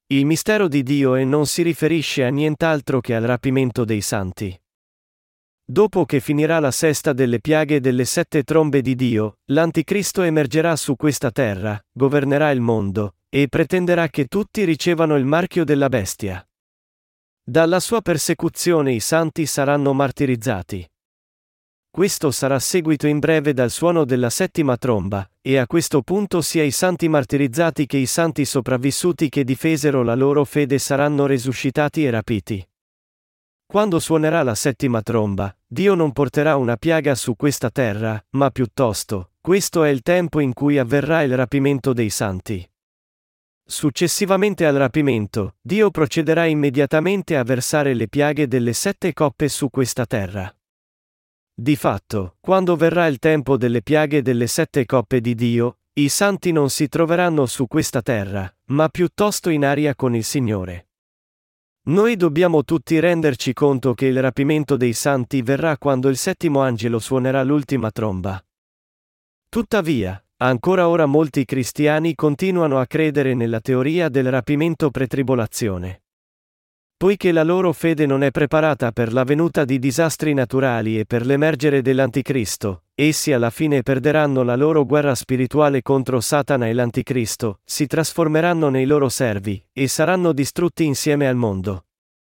Il mistero di Dio e non si riferisce a nient'altro che al rapimento dei santi. Dopo che finirà la sesta delle piaghe delle sette trombe di Dio, l'Anticristo emergerà su questa terra, governerà il mondo, e pretenderà che tutti ricevano il marchio della bestia. Dalla sua persecuzione i santi saranno martirizzati. Questo sarà seguito in breve dal suono della settima tromba, e a questo punto sia i santi martirizzati che i santi sopravvissuti che difesero la loro fede saranno resuscitati e rapiti. Quando suonerà la settima tromba, Dio non porterà una piaga su questa terra, ma piuttosto, questo è il tempo in cui avverrà il rapimento dei santi. Successivamente al rapimento, Dio procederà immediatamente a versare le piaghe delle sette coppe su questa terra. Di fatto, quando verrà il tempo delle piaghe delle sette coppe di Dio, i santi non si troveranno su questa terra, ma piuttosto in aria con il Signore. Noi dobbiamo tutti renderci conto che il rapimento dei santi verrà quando il settimo angelo suonerà l'ultima tromba. Tuttavia, ancora ora molti cristiani continuano a credere nella teoria del rapimento pretribolazione. Poiché la loro fede non è preparata per la venuta di disastri naturali e per l'emergere dell'Anticristo, essi alla fine perderanno la loro guerra spirituale contro Satana e l'Anticristo, si trasformeranno nei loro servi, e saranno distrutti insieme al mondo.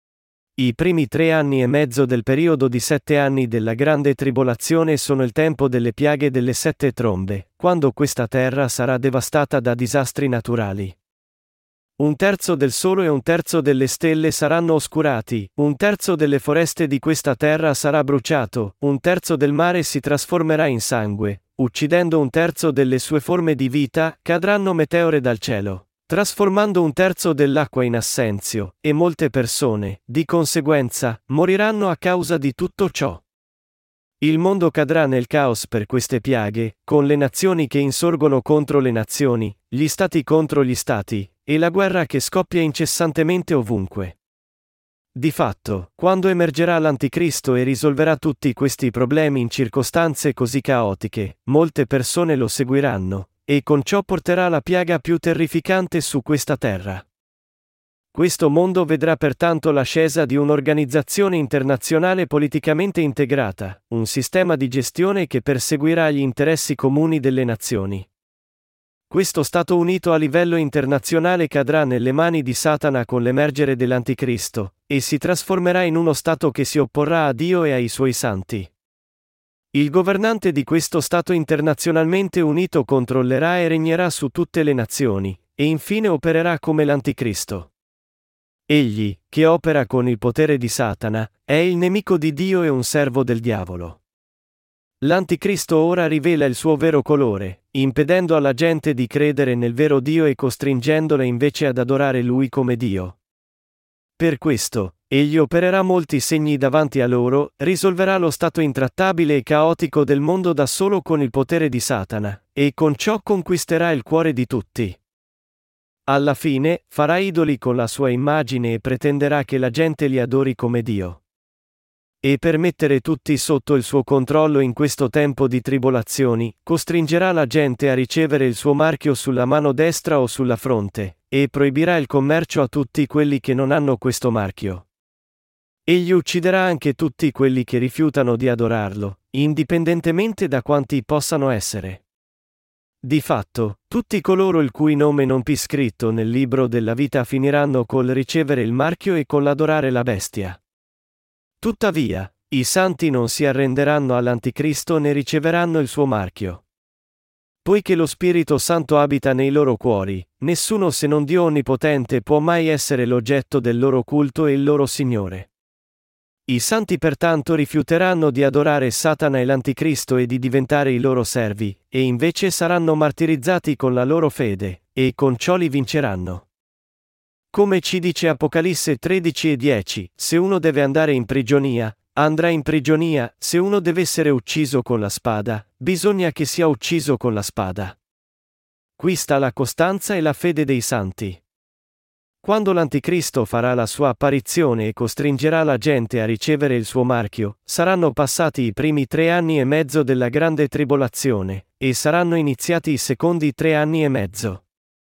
I primi tre anni e mezzo del periodo di sette anni della grande tribolazione sono il tempo delle piaghe delle sette trombe, quando questa terra sarà devastata da disastri naturali. Un terzo del sole e un terzo delle stelle saranno oscurati, un terzo delle foreste di questa terra sarà bruciato, un terzo del mare si trasformerà in sangue, uccidendo un terzo delle sue forme di vita, cadranno meteore dal cielo, trasformando un terzo dell'acqua in assenzio, e molte persone, di conseguenza, moriranno a causa di tutto ciò. Il mondo cadrà nel caos per queste piaghe, con le nazioni che insorgono contro le nazioni, gli stati contro gli stati, e la guerra che scoppia incessantemente ovunque. Di fatto, quando emergerà l'Anticristo e risolverà tutti questi problemi in circostanze così caotiche, molte persone lo seguiranno, e con ciò porterà la piaga più terrificante su questa terra. Questo mondo vedrà pertanto l'ascesa di un'organizzazione internazionale politicamente integrata, un sistema di gestione che perseguirà gli interessi comuni delle nazioni. Questo Stato unito a livello internazionale cadrà nelle mani di Satana con l'emergere dell'Anticristo, e si trasformerà in uno Stato che si opporrà a Dio e ai suoi santi. Il governante di questo Stato internazionalmente unito controllerà e regnerà su tutte le nazioni, e infine opererà come l'Anticristo. Egli, che opera con il potere di Satana, è il nemico di Dio e un servo del diavolo. L'Anticristo ora rivela il suo vero colore, impedendo alla gente di credere nel vero Dio e costringendola invece ad adorare Lui come Dio. Per questo, egli opererà molti segni davanti a loro, risolverà lo stato intrattabile e caotico del mondo da solo con il potere di Satana, e con ciò conquisterà il cuore di tutti. Alla fine, farà idoli con la sua immagine e pretenderà che la gente li adori come Dio. E per mettere tutti sotto il suo controllo in questo tempo di tribolazioni, costringerà la gente a ricevere il suo marchio sulla mano destra o sulla fronte, e proibirà il commercio a tutti quelli che non hanno questo marchio. Egli ucciderà anche tutti quelli che rifiutano di adorarlo, indipendentemente da quanti possano essere. Di fatto, tutti coloro il cui nome non pi scritto nel libro della vita finiranno col ricevere il marchio e con l'adorare la bestia. Tuttavia, i santi non si arrenderanno all'Anticristo né riceveranno il suo marchio. Poiché lo Spirito Santo abita nei loro cuori, nessuno se non Dio Onnipotente può mai essere l'oggetto del loro culto e il loro Signore. I santi pertanto rifiuteranno di adorare Satana e l'Anticristo e di diventare i loro servi, e invece saranno martirizzati con la loro fede, e con ciò li vinceranno. Come ci dice Apocalisse tredici e dieci, se uno deve andare in prigionia, andrà in prigionia, se uno deve essere ucciso con la spada, bisogna che sia ucciso con la spada. Qui sta la costanza e la fede dei santi. Quando l'Anticristo farà la sua apparizione e costringerà la gente a ricevere il suo marchio, saranno passati i primi tre anni e mezzo della grande tribolazione, e saranno iniziati i secondi tre anni e mezzo.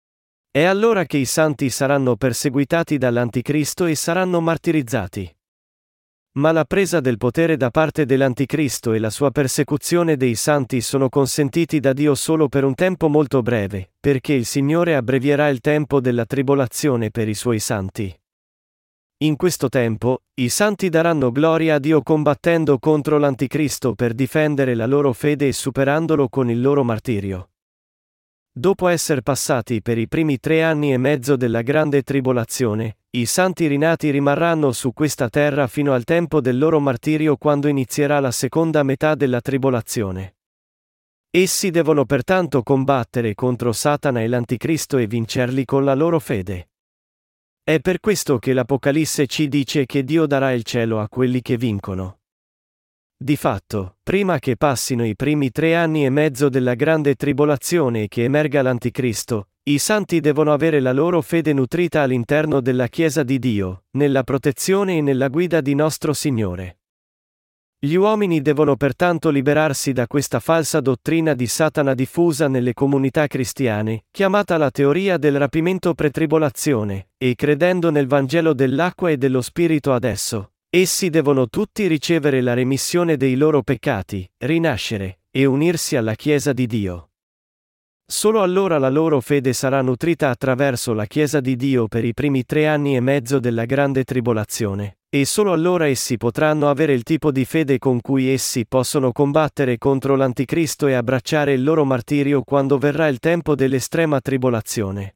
È allora che i santi saranno perseguitati dall'Anticristo e saranno martirizzati. Ma la presa del potere da parte dell'Anticristo e la sua persecuzione dei santi sono consentiti da Dio solo per un tempo molto breve, perché il Signore abbrevierà il tempo della tribolazione per i suoi santi. In questo tempo, i santi daranno gloria a Dio combattendo contro l'Anticristo per difendere la loro fede e superandolo con il loro martirio. Dopo essere passati per i primi tre anni e mezzo della grande tribolazione, i santi rinati rimarranno su questa terra fino al tempo del loro martirio quando inizierà la seconda metà della tribolazione. Essi devono pertanto combattere contro Satana e l'Anticristo e vincerli con la loro fede. È per questo che l'Apocalisse ci dice che Dio darà il cielo a quelli che vincono. Di fatto, prima che passino i primi tre anni e mezzo della grande tribolazione e che emerga l'Anticristo, i santi devono avere la loro fede nutrita all'interno della Chiesa di Dio, nella protezione e nella guida di nostro Signore. Gli uomini devono pertanto liberarsi da questa falsa dottrina di Satana diffusa nelle comunità cristiane, chiamata la teoria del rapimento pretribolazione, e credendo nel Vangelo dell'acqua e dello Spirito adesso, essi devono tutti ricevere la remissione dei loro peccati, rinascere, e unirsi alla Chiesa di Dio. Solo allora la loro fede sarà nutrita attraverso la Chiesa di Dio per i primi tre anni e mezzo della grande tribolazione, e solo allora essi potranno avere il tipo di fede con cui essi possono combattere contro l'Anticristo e abbracciare il loro martirio quando verrà il tempo dell'estrema tribolazione.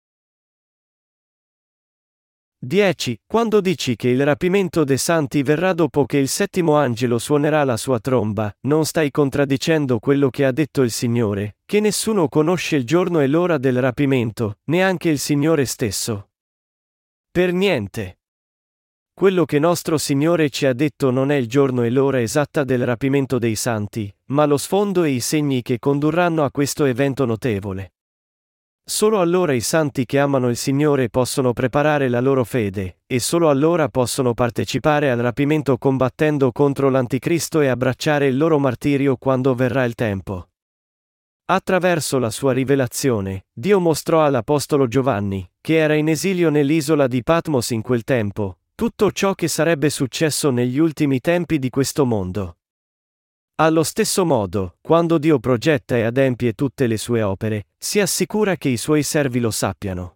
dieci. Quando dici che il rapimento dei santi verrà dopo che il settimo angelo suonerà la sua tromba, non stai contraddicendo quello che ha detto il Signore, che nessuno conosce il giorno e l'ora del rapimento, neanche il Signore stesso. Per niente. Quello che nostro Signore ci ha detto non è il giorno e l'ora esatta del rapimento dei santi, ma lo sfondo e i segni che condurranno a questo evento notevole. Solo allora i santi che amano il Signore possono preparare la loro fede, e solo allora possono partecipare al rapimento combattendo contro l'Anticristo e abbracciare il loro martirio quando verrà il tempo. Attraverso la sua rivelazione, Dio mostrò all'Apostolo Giovanni, che era in esilio nell'isola di Patmos in quel tempo, tutto ciò che sarebbe successo negli ultimi tempi di questo mondo. Allo stesso modo, quando Dio progetta e adempie tutte le sue opere, si assicura che i suoi servi lo sappiano.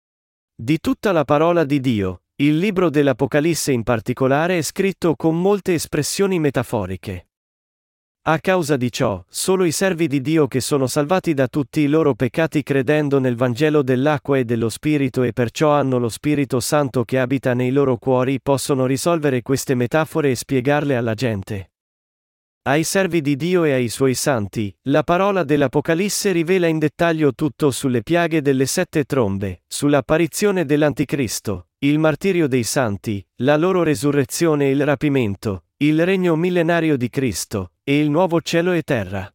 Di tutta la parola di Dio, il libro dell'Apocalisse in particolare è scritto con molte espressioni metaforiche. A causa di ciò, solo i servi di Dio che sono salvati da tutti i loro peccati credendo nel Vangelo dell'acqua e dello Spirito e perciò hanno lo Spirito Santo che abita nei loro cuori possono risolvere queste metafore e spiegarle alla gente. Ai servi di Dio e ai suoi santi, la parola dell'Apocalisse rivela in dettaglio tutto sulle piaghe delle sette trombe, sull'apparizione dell'Anticristo, il martirio dei santi, la loro resurrezione e il rapimento, il regno millenario di Cristo, e il nuovo cielo e terra.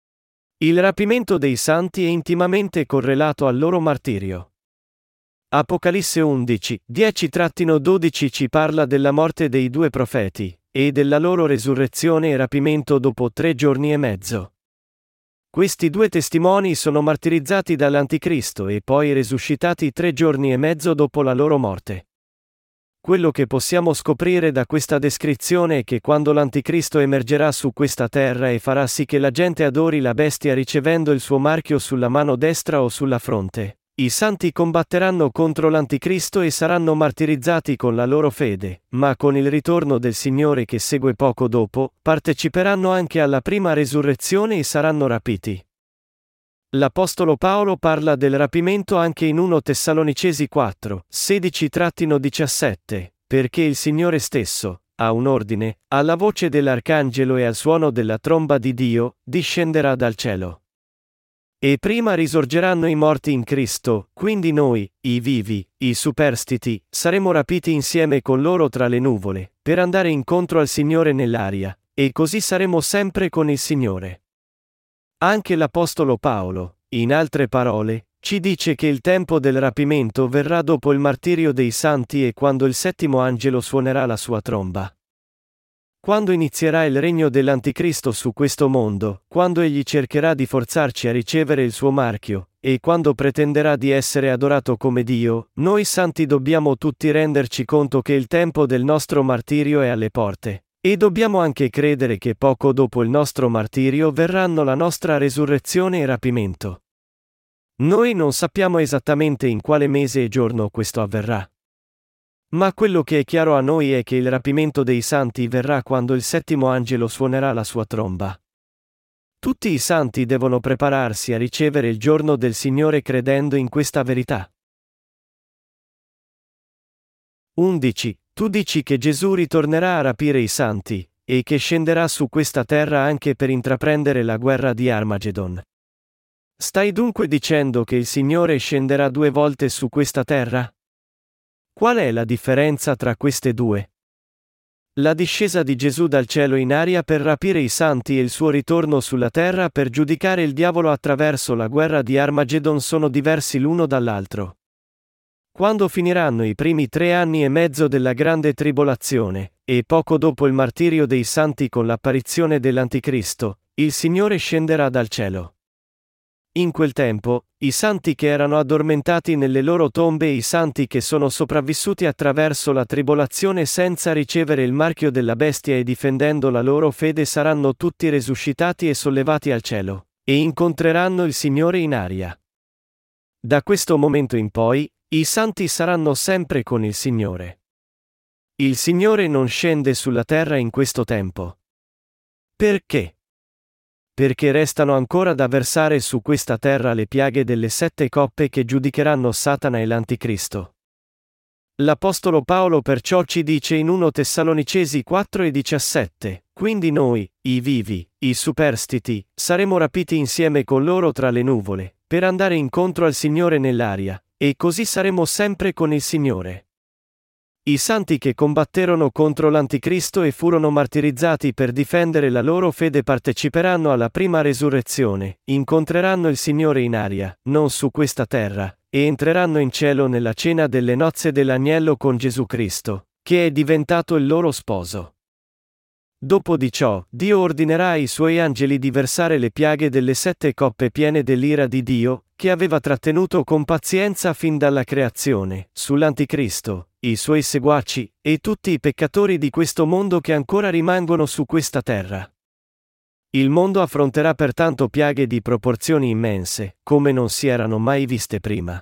Il rapimento dei santi è intimamente correlato al loro martirio. Apocalisse undici, dieci dodici ci parla della morte dei due profeti, e della loro resurrezione e rapimento dopo tre giorni e mezzo. Questi due testimoni sono martirizzati dall'Anticristo e poi resuscitati tre giorni e mezzo dopo la loro morte. Quello che possiamo scoprire da questa descrizione è che quando l'Anticristo emergerà su questa terra e farà sì che la gente adori la bestia ricevendo il suo marchio sulla mano destra o sulla fronte, i santi combatteranno contro l'Anticristo e saranno martirizzati con la loro fede, ma con il ritorno del Signore che segue poco dopo, parteciperanno anche alla prima resurrezione e saranno rapiti. L'Apostolo Paolo parla del rapimento anche in primo Tessalonicesi quattro, sedici diciassette, perché il Signore stesso, a un ordine, alla voce dell'arcangelo e al suono della tromba di Dio, discenderà dal cielo. E prima risorgeranno i morti in Cristo, quindi noi, i vivi, i superstiti, saremo rapiti insieme con loro tra le nuvole, per andare incontro al Signore nell'aria, e così saremo sempre con il Signore. Anche l'Apostolo Paolo, in altre parole, ci dice che il tempo del rapimento verrà dopo il martirio dei santi e quando il settimo angelo suonerà la sua tromba. Quando inizierà il regno dell'Anticristo su questo mondo, quando egli cercherà di forzarci a ricevere il suo marchio, e quando pretenderà di essere adorato come Dio, noi santi dobbiamo tutti renderci conto che il tempo del nostro martirio è alle porte. E dobbiamo anche credere che poco dopo il nostro martirio verranno la nostra resurrezione e rapimento. Noi non sappiamo esattamente in quale mese e giorno questo avverrà. Ma quello che è chiaro a noi è che il rapimento dei santi verrà quando il settimo angelo suonerà la sua tromba. Tutti i santi devono prepararsi a ricevere il giorno del Signore credendo in questa verità. undici. Tu dici che Gesù ritornerà a rapire i santi, e che scenderà su questa terra anche per intraprendere la guerra di Armagedon. Stai dunque dicendo che il Signore scenderà due volte su questa terra? Qual è la differenza tra queste due? La discesa di Gesù dal cielo in aria per rapire i santi e il suo ritorno sulla terra per giudicare il diavolo attraverso la guerra di Armagedon sono diversi l'uno dall'altro. Quando finiranno i primi tre anni e mezzo della grande tribolazione, e poco dopo il martirio dei santi con l'apparizione dell'Anticristo, il Signore scenderà dal cielo. In quel tempo, i santi che erano addormentati nelle loro tombe e i santi che sono sopravvissuti attraverso la tribolazione senza ricevere il marchio della bestia e difendendo la loro fede saranno tutti resuscitati e sollevati al cielo, e incontreranno il Signore in aria. Da questo momento in poi, i santi saranno sempre con il Signore. Il Signore non scende sulla terra in questo tempo. Perché? Perché restano ancora da versare su questa terra le piaghe delle sette coppe che giudicheranno Satana e l'Anticristo. L'Apostolo Paolo perciò ci dice in primo Tessalonicesi quattro e diciassette, quindi noi, i vivi, i superstiti, saremo rapiti insieme con loro tra le nuvole, per andare incontro al Signore nell'aria, e così saremo sempre con il Signore. I santi che combatterono contro l'Anticristo e furono martirizzati per difendere la loro fede parteciperanno alla prima resurrezione, incontreranno il Signore in aria, non su questa terra, e entreranno in cielo nella cena delle nozze dell'agnello con Gesù Cristo, che è diventato il loro sposo. Dopo di ciò, Dio ordinerà ai suoi angeli di versare le piaghe delle sette coppe piene dell'ira di Dio, che aveva trattenuto con pazienza fin dalla creazione, sull'Anticristo, i suoi seguaci, e tutti i peccatori di questo mondo che ancora rimangono su questa terra. Il mondo affronterà pertanto piaghe di proporzioni immense, come non si erano mai viste prima.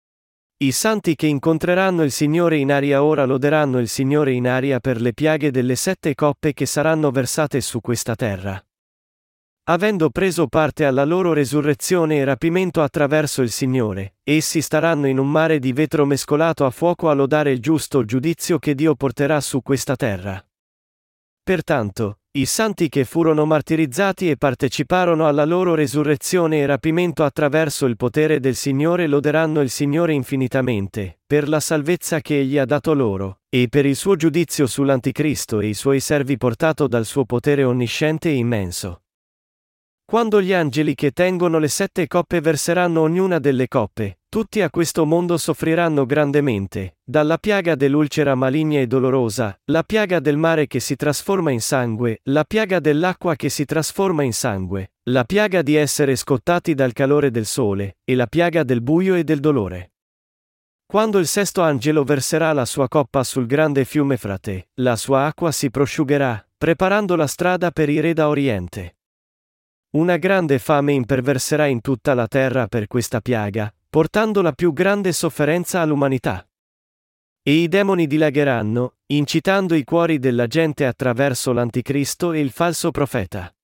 I santi che incontreranno il Signore in aria ora loderanno il Signore in aria per le piaghe delle sette coppe che saranno versate su questa terra. Avendo preso parte alla loro resurrezione e rapimento attraverso il Signore, essi staranno in un mare di vetro mescolato a fuoco a lodare il giusto giudizio che Dio porterà su questa terra. Pertanto, i santi che furono martirizzati e parteciparono alla loro resurrezione e rapimento attraverso il potere del Signore loderanno il Signore infinitamente, per la salvezza che Egli ha dato loro, e per il suo giudizio sull'Anticristo e i suoi servi portato dal suo potere onnisciente e immenso. Quando gli angeli che tengono le sette coppe verseranno ognuna delle coppe, tutti a questo mondo soffriranno grandemente, dalla piaga dell'ulcera maligna e dolorosa, la piaga del mare che si trasforma in sangue, la piaga dell'acqua che si trasforma in sangue, la piaga di essere scottati dal calore del sole, e la piaga del buio e del dolore. Quando il sesto angelo verserà la sua coppa sul grande fiume Frate, la sua acqua si prosciugherà, preparando la strada per i re da oriente. Una grande fame imperverserà in tutta la terra per questa piaga, portando la più grande sofferenza all'umanità. E i demoni dilagheranno, incitando i cuori della gente attraverso l'Anticristo e il falso profeta.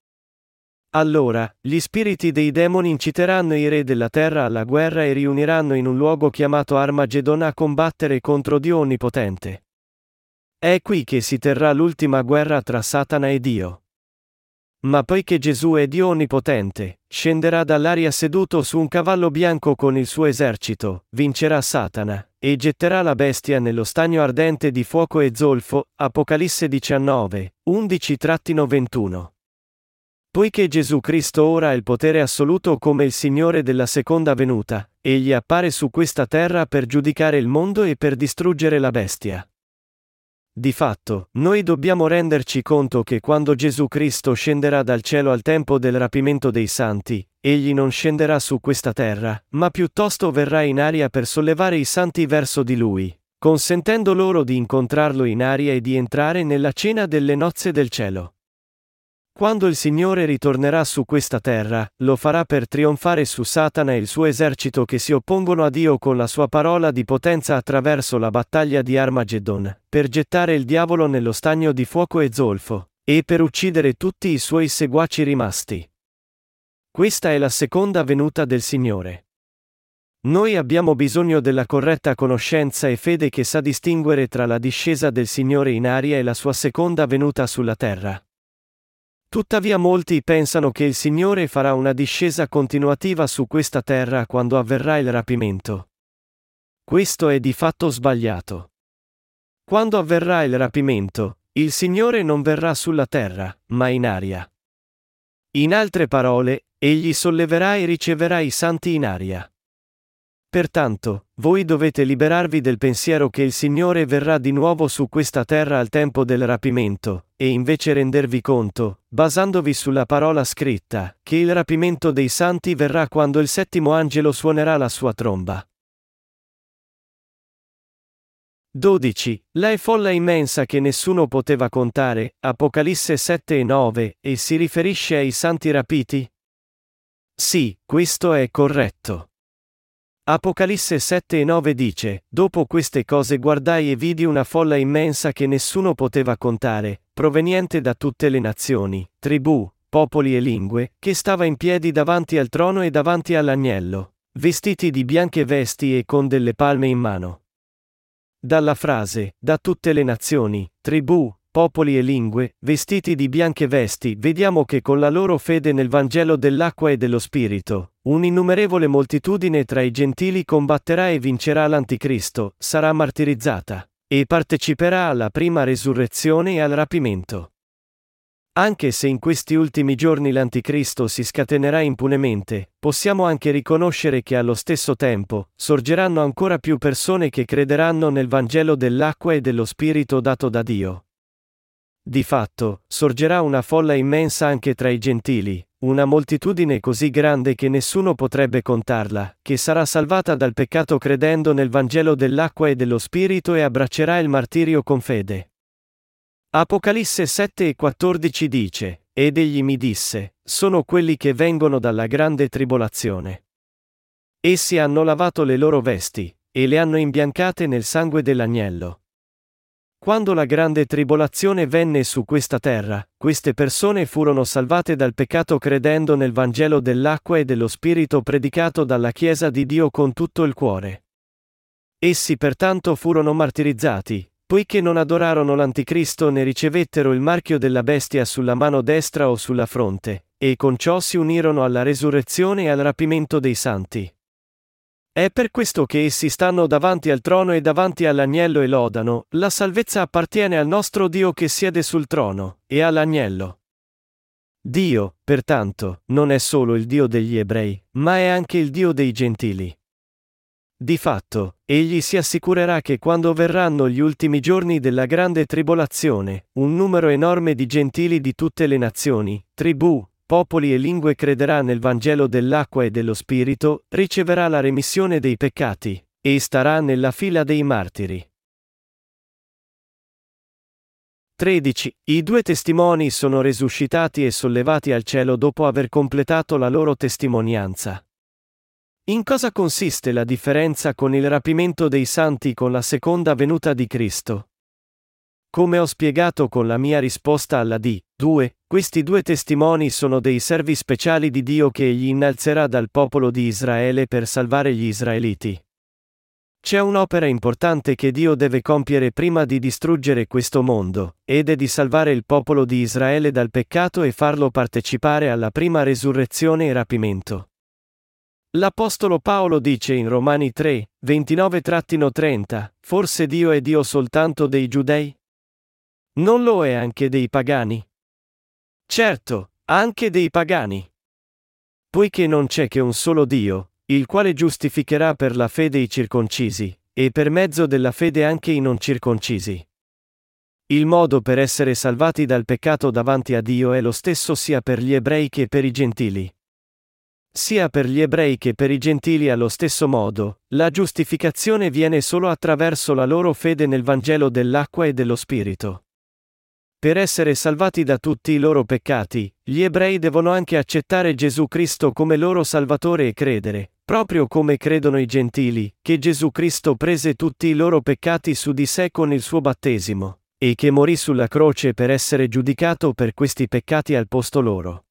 Allora, gli spiriti dei demoni inciteranno i re della terra alla guerra e riuniranno in un luogo chiamato Armagedon a combattere contro Dio Onnipotente. È qui che si terrà l'ultima guerra tra Satana e Dio. Ma poiché Gesù è Dio Onnipotente, scenderà dall'aria seduto su un cavallo bianco con il suo esercito, vincerà Satana, e getterà la bestia nello stagno ardente di fuoco e zolfo, Apocalisse diciannove, undici ventuno. Poiché Gesù Cristo ora ha il potere assoluto come il Signore della seconda venuta, egli appare su questa terra per giudicare il mondo e per distruggere la bestia. Di fatto, noi dobbiamo renderci conto che quando Gesù Cristo scenderà dal cielo al tempo del rapimento dei santi, egli non scenderà su questa terra, ma piuttosto verrà in aria per sollevare i santi verso di lui, consentendo loro di incontrarlo in aria e di entrare nella cena delle nozze del cielo. Quando il Signore ritornerà su questa terra, lo farà per trionfare su Satana e il suo esercito che si oppongono a Dio con la sua parola di potenza attraverso la battaglia di Armageddon, per gettare il diavolo nello stagno di fuoco e zolfo, e per uccidere tutti i suoi seguaci rimasti. Questa è la seconda venuta del Signore. Noi abbiamo bisogno della corretta conoscenza e fede che sa distinguere tra la discesa del Signore in aria e la sua seconda venuta sulla terra. Tuttavia molti pensano che il Signore farà una discesa continuativa su questa terra quando avverrà il rapimento. Questo è di fatto sbagliato. Quando avverrà il rapimento, il Signore non verrà sulla terra, ma in aria. In altre parole, egli solleverà e riceverà i santi in aria. Pertanto, voi dovete liberarvi del pensiero che il Signore verrà di nuovo su questa terra al tempo del rapimento, e invece rendervi conto, basandovi sulla parola scritta, che il rapimento dei santi verrà quando il settimo angelo suonerà la sua tromba. dodici. La folla immensa che nessuno poteva contare, Apocalisse sette e nove, e si riferisce ai santi rapiti? Sì, questo è corretto. Apocalisse sette e nove dice: dopo queste cose guardai e vidi una folla immensa che nessuno poteva contare, proveniente da tutte le nazioni, tribù, popoli e lingue, che stava in piedi davanti al trono e davanti all'agnello, vestiti di bianche vesti e con delle palme in mano. Dalla frase, da tutte le nazioni, tribù, popoli e lingue, vestiti di bianche vesti, vediamo che con la loro fede nel Vangelo dell'acqua e dello Spirito, un'innumerevole moltitudine tra i gentili combatterà e vincerà l'Anticristo, sarà martirizzata, e parteciperà alla prima resurrezione e al rapimento. Anche se in questi ultimi giorni l'Anticristo si scatenerà impunemente, possiamo anche riconoscere che allo stesso tempo, sorgeranno ancora più persone che crederanno nel Vangelo dell'acqua e dello Spirito dato da Dio. Di fatto, sorgerà una folla immensa anche tra i gentili, una moltitudine così grande che nessuno potrebbe contarla, che sarà salvata dal peccato credendo nel Vangelo dell'acqua e dello Spirito e abbraccerà il martirio con fede. Apocalisse sette e quattordici dice: ed egli mi disse, sono quelli che vengono dalla grande tribolazione. Essi hanno lavato le loro vesti, e le hanno imbiancate nel sangue dell'agnello. Quando la grande tribolazione venne su questa terra, queste persone furono salvate dal peccato credendo nel Vangelo dell'acqua e dello Spirito predicato dalla Chiesa di Dio con tutto il cuore. Essi pertanto furono martirizzati, poiché non adorarono l'Anticristo né ricevettero il marchio della bestia sulla mano destra o sulla fronte, e con ciò si unirono alla resurrezione e al rapimento dei santi. È per questo che essi stanno davanti al trono e davanti all'agnello e lodano: la salvezza appartiene al nostro Dio che siede sul trono, e all'agnello. Dio, pertanto, non è solo il Dio degli ebrei, ma è anche il Dio dei gentili. Di fatto, egli si assicurerà che quando verranno gli ultimi giorni della grande tribolazione, un numero enorme di gentili di tutte le nazioni, tribù, popoli e lingue crederà nel Vangelo dell'acqua e dello Spirito, riceverà la remissione dei peccati, e starà nella fila dei martiri. tredici. I due testimoni sono resuscitati e sollevati al cielo dopo aver completato la loro testimonianza. In cosa consiste la differenza con il rapimento dei santi con la seconda venuta di Cristo? Come ho spiegato con la mia risposta alla D due, questi due testimoni sono dei servi speciali di Dio che egli innalzerà dal popolo di Israele per salvare gli israeliti. C'è un'opera importante che Dio deve compiere prima di distruggere questo mondo, ed è di salvare il popolo di Israele dal peccato e farlo partecipare alla prima resurrezione e rapimento. L'Apostolo Paolo dice in Romani tre, ventinove trenta: forse Dio è Dio soltanto dei giudei? Non lo è anche dei pagani? Certo, anche dei pagani. Poiché non c'è che un solo Dio, il quale giustificherà per la fede i circoncisi, e per mezzo della fede anche i non circoncisi. Il modo per essere salvati dal peccato davanti a Dio è lo stesso sia per gli ebrei che per i gentili. Sia per gli ebrei che per i gentili allo stesso modo, la giustificazione viene solo attraverso la loro fede nel Vangelo dell'acqua e dello Spirito. Per essere salvati da tutti i loro peccati, gli ebrei devono anche accettare Gesù Cristo come loro Salvatore e credere, proprio come credono i gentili, che Gesù Cristo prese tutti i loro peccati su di sé con il suo battesimo, e che morì sulla croce per essere giudicato per questi peccati al posto loro.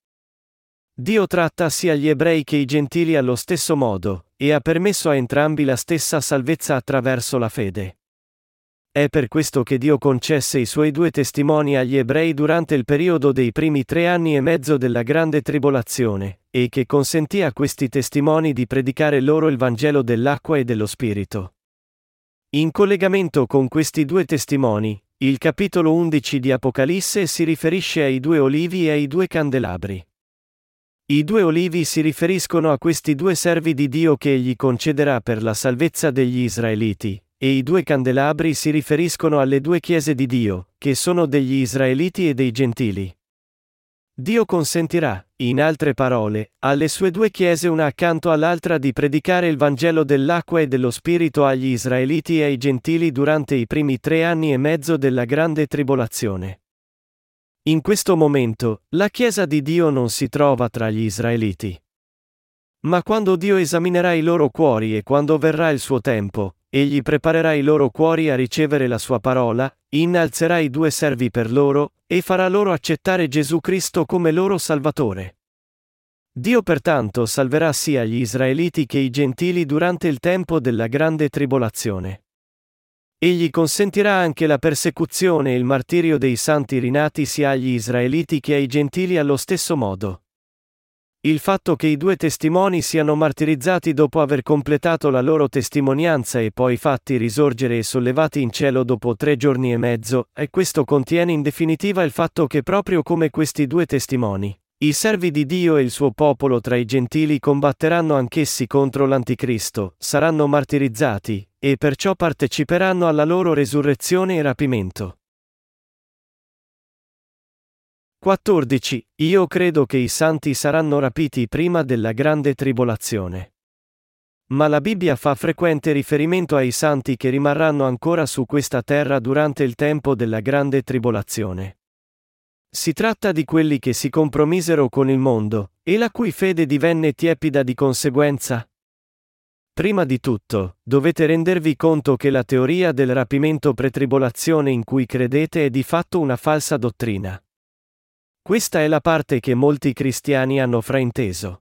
Dio tratta sia gli ebrei che i gentili allo stesso modo, e ha permesso a entrambi la stessa salvezza attraverso la fede. È per questo che Dio concesse i suoi due testimoni agli ebrei durante il periodo dei primi tre anni e mezzo della grande tribolazione, e che consentì a questi testimoni di predicare loro il Vangelo dell'acqua e dello Spirito. In collegamento con questi due testimoni, il capitolo undici di Apocalisse si riferisce ai due olivi e ai due candelabri. I due olivi si riferiscono a questi due servi di Dio che egli concederà per la salvezza degli israeliti, e i due candelabri si riferiscono alle due chiese di Dio, che sono degli israeliti e dei gentili. Dio consentirà, in altre parole, alle sue due chiese una accanto all'altra di predicare il Vangelo dell'acqua e dello Spirito agli israeliti e ai gentili durante i primi tre anni e mezzo della grande tribolazione. In questo momento, la Chiesa di Dio non si trova tra gli israeliti. Ma quando Dio esaminerà i loro cuori e quando verrà il suo tempo, egli preparerà i loro cuori a ricevere la sua parola, innalzerà i due servi per loro, e farà loro accettare Gesù Cristo come loro Salvatore. Dio pertanto salverà sia gli israeliti che i gentili durante il tempo della grande tribolazione. Egli consentirà anche la persecuzione e il martirio dei santi rinati sia agli israeliti che ai gentili allo stesso modo. Il fatto che i due testimoni siano martirizzati dopo aver completato la loro testimonianza e poi fatti risorgere e sollevati in cielo dopo tre giorni e mezzo, e questo contiene in definitiva il fatto che proprio come questi due testimoni, i servi di Dio e il suo popolo tra i gentili combatteranno anch'essi contro l'Anticristo, saranno martirizzati, e perciò parteciperanno alla loro resurrezione e rapimento. quattordici. Io credo che i santi saranno rapiti prima della grande tribolazione. Ma la Bibbia fa frequente riferimento ai santi che rimarranno ancora su questa terra durante il tempo della grande tribolazione. Si tratta di quelli che si compromisero con il mondo, e la cui fede divenne tiepida di conseguenza. Prima di tutto, dovete rendervi conto che la teoria del rapimento pretribolazione in cui credete è di fatto una falsa dottrina. Questa è la parte che molti cristiani hanno frainteso.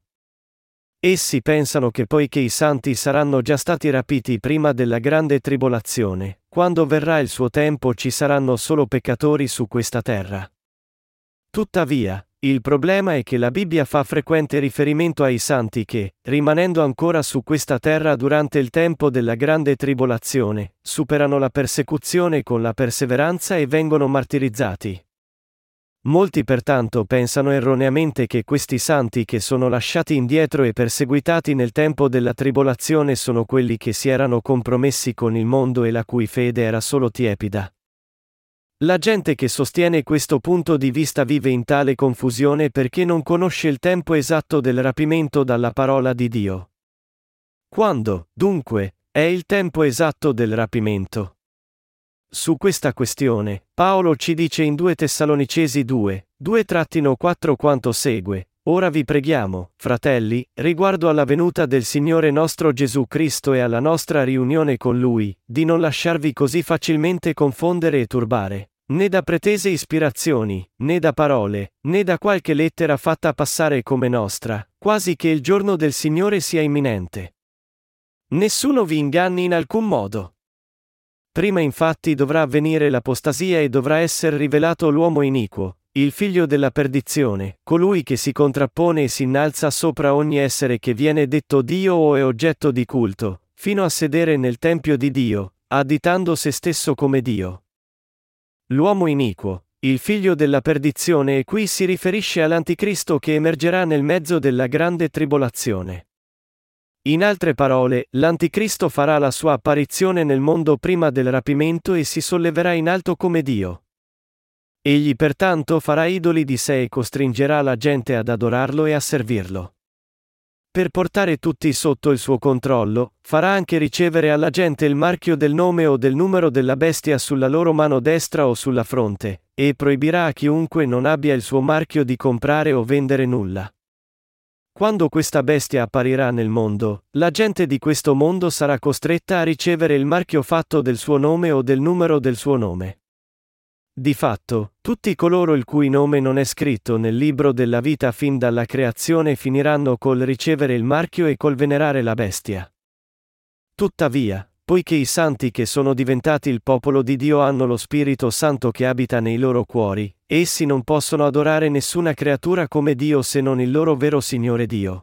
Essi pensano che poiché i santi saranno già stati rapiti prima della grande tribolazione, quando verrà il suo tempo ci saranno solo peccatori su questa terra. Tuttavia, il problema è che la Bibbia fa frequente riferimento ai santi che, rimanendo ancora su questa terra durante il tempo della grande tribolazione, superano la persecuzione con la perseveranza e vengono martirizzati. Molti pertanto pensano erroneamente che questi santi che sono lasciati indietro e perseguitati nel tempo della tribolazione sono quelli che si erano compromessi con il mondo e la cui fede era solo tiepida. La gente che sostiene questo punto di vista vive in tale confusione perché non conosce il tempo esatto del rapimento dalla parola di Dio. Quando, dunque, è il tempo esatto del rapimento? Su questa questione, Paolo ci dice in due Tessalonicesi due, due quattro quanto segue: Ora vi preghiamo, fratelli, riguardo alla venuta del Signore nostro Gesù Cristo e alla nostra riunione con Lui, di non lasciarvi così facilmente confondere e turbare, né da pretese ispirazioni, né da parole, né da qualche lettera fatta passare come nostra, quasi che il giorno del Signore sia imminente. Nessuno vi inganni in alcun modo. Prima infatti dovrà avvenire l'apostasia e dovrà essere rivelato l'uomo iniquo, il figlio della perdizione, colui che si contrappone e si innalza sopra ogni essere che viene detto Dio o è oggetto di culto, fino a sedere nel tempio di Dio, additando se stesso come Dio. L'uomo iniquo, il figlio della perdizione, e qui si riferisce all'Anticristo che emergerà nel mezzo della grande tribolazione. In altre parole, l'Anticristo farà la sua apparizione nel mondo prima del rapimento e si solleverà in alto come Dio. Egli pertanto farà idoli di sé e costringerà la gente ad adorarlo e a servirlo. Per portare tutti sotto il suo controllo, farà anche ricevere alla gente il marchio del nome o del numero della bestia sulla loro mano destra o sulla fronte, e proibirà a chiunque non abbia il suo marchio di comprare o vendere nulla. Quando questa bestia apparirà nel mondo, la gente di questo mondo sarà costretta a ricevere il marchio fatto del suo nome o del numero del suo nome. Di fatto, tutti coloro il cui nome non è scritto nel libro della vita fin dalla creazione finiranno col ricevere il marchio e col venerare la bestia. Tuttavia, poiché i santi che sono diventati il popolo di Dio hanno lo Spirito Santo che abita nei loro cuori, essi non possono adorare nessuna creatura come Dio se non il loro vero Signore Dio.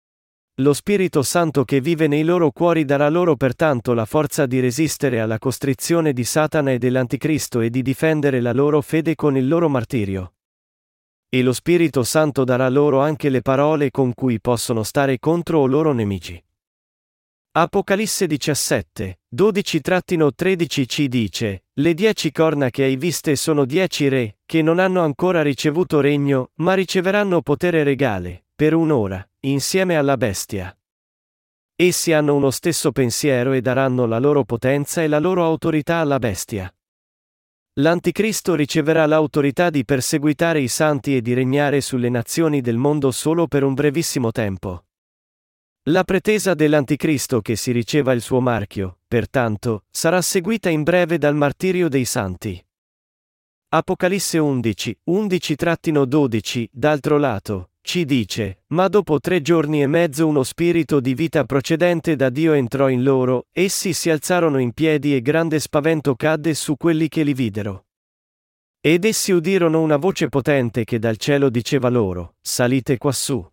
Lo Spirito Santo che vive nei loro cuori darà loro pertanto la forza di resistere alla costrizione di Satana e dell'Anticristo e di difendere la loro fede con il loro martirio. E lo Spirito Santo darà loro anche le parole con cui possono stare contro i loro nemici. Apocalisse diciassette, dodici tredici ci dice: le dieci corna che hai viste sono dieci re, che non hanno ancora ricevuto regno, ma riceveranno potere regale, per un'ora, insieme alla bestia. Essi hanno uno stesso pensiero e daranno la loro potenza e la loro autorità alla bestia. L'Anticristo riceverà l'autorità di perseguitare i santi e di regnare sulle nazioni del mondo solo per un brevissimo tempo. La pretesa dell'Anticristo che si riceva il suo marchio, pertanto, sarà seguita in breve dal martirio dei santi. Apocalisse undici, undici dodici, d'altro lato, ci dice: ma dopo tre giorni e mezzo uno spirito di vita procedente da Dio entrò in loro, essi si alzarono in piedi e grande spavento cadde su quelli che li videro. Ed essi udirono una voce potente che dal cielo diceva loro: salite quassù.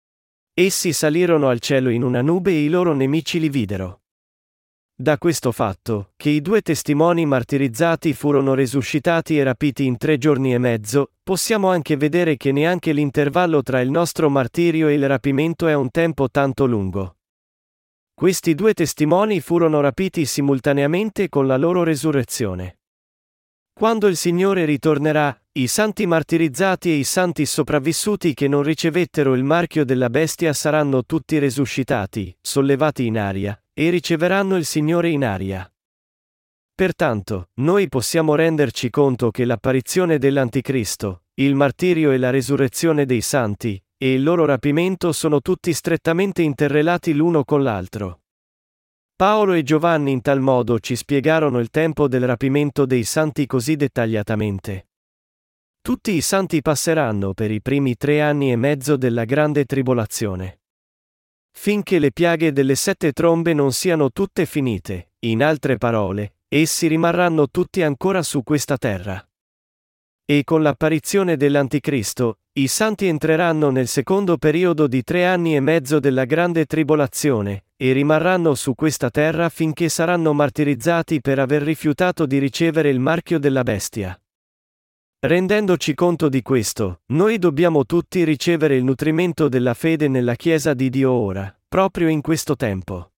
Essi salirono al cielo in una nube e i loro nemici li videro. Da questo fatto, che i due testimoni martirizzati furono resuscitati e rapiti in tre giorni e mezzo, possiamo anche vedere che neanche l'intervallo tra il nostro martirio e il rapimento è un tempo tanto lungo. Questi due testimoni furono rapiti simultaneamente con la loro resurrezione. Quando il Signore ritornerà, i santi martirizzati e i santi sopravvissuti che non ricevettero il marchio della bestia saranno tutti resuscitati, sollevati in aria, e riceveranno il Signore in aria. Pertanto, noi possiamo renderci conto che l'apparizione dell'Anticristo, il martirio e la resurrezione dei santi, e il loro rapimento sono tutti strettamente interrelati l'uno con l'altro. Paolo e Giovanni in tal modo ci spiegarono il tempo del rapimento dei santi così dettagliatamente. Tutti i santi passeranno per i primi tre anni e mezzo della grande tribolazione. Finché le piaghe delle sette trombe non siano tutte finite, in altre parole, essi rimarranno tutti ancora su questa terra. E con l'apparizione dell'Anticristo, i santi entreranno nel secondo periodo di tre anni e mezzo della grande tribolazione, e rimarranno su questa terra finché saranno martirizzati per aver rifiutato di ricevere il marchio della bestia. Rendendoci conto di questo, noi dobbiamo tutti ricevere il nutrimento della fede nella Chiesa di Dio ora, proprio in questo tempo.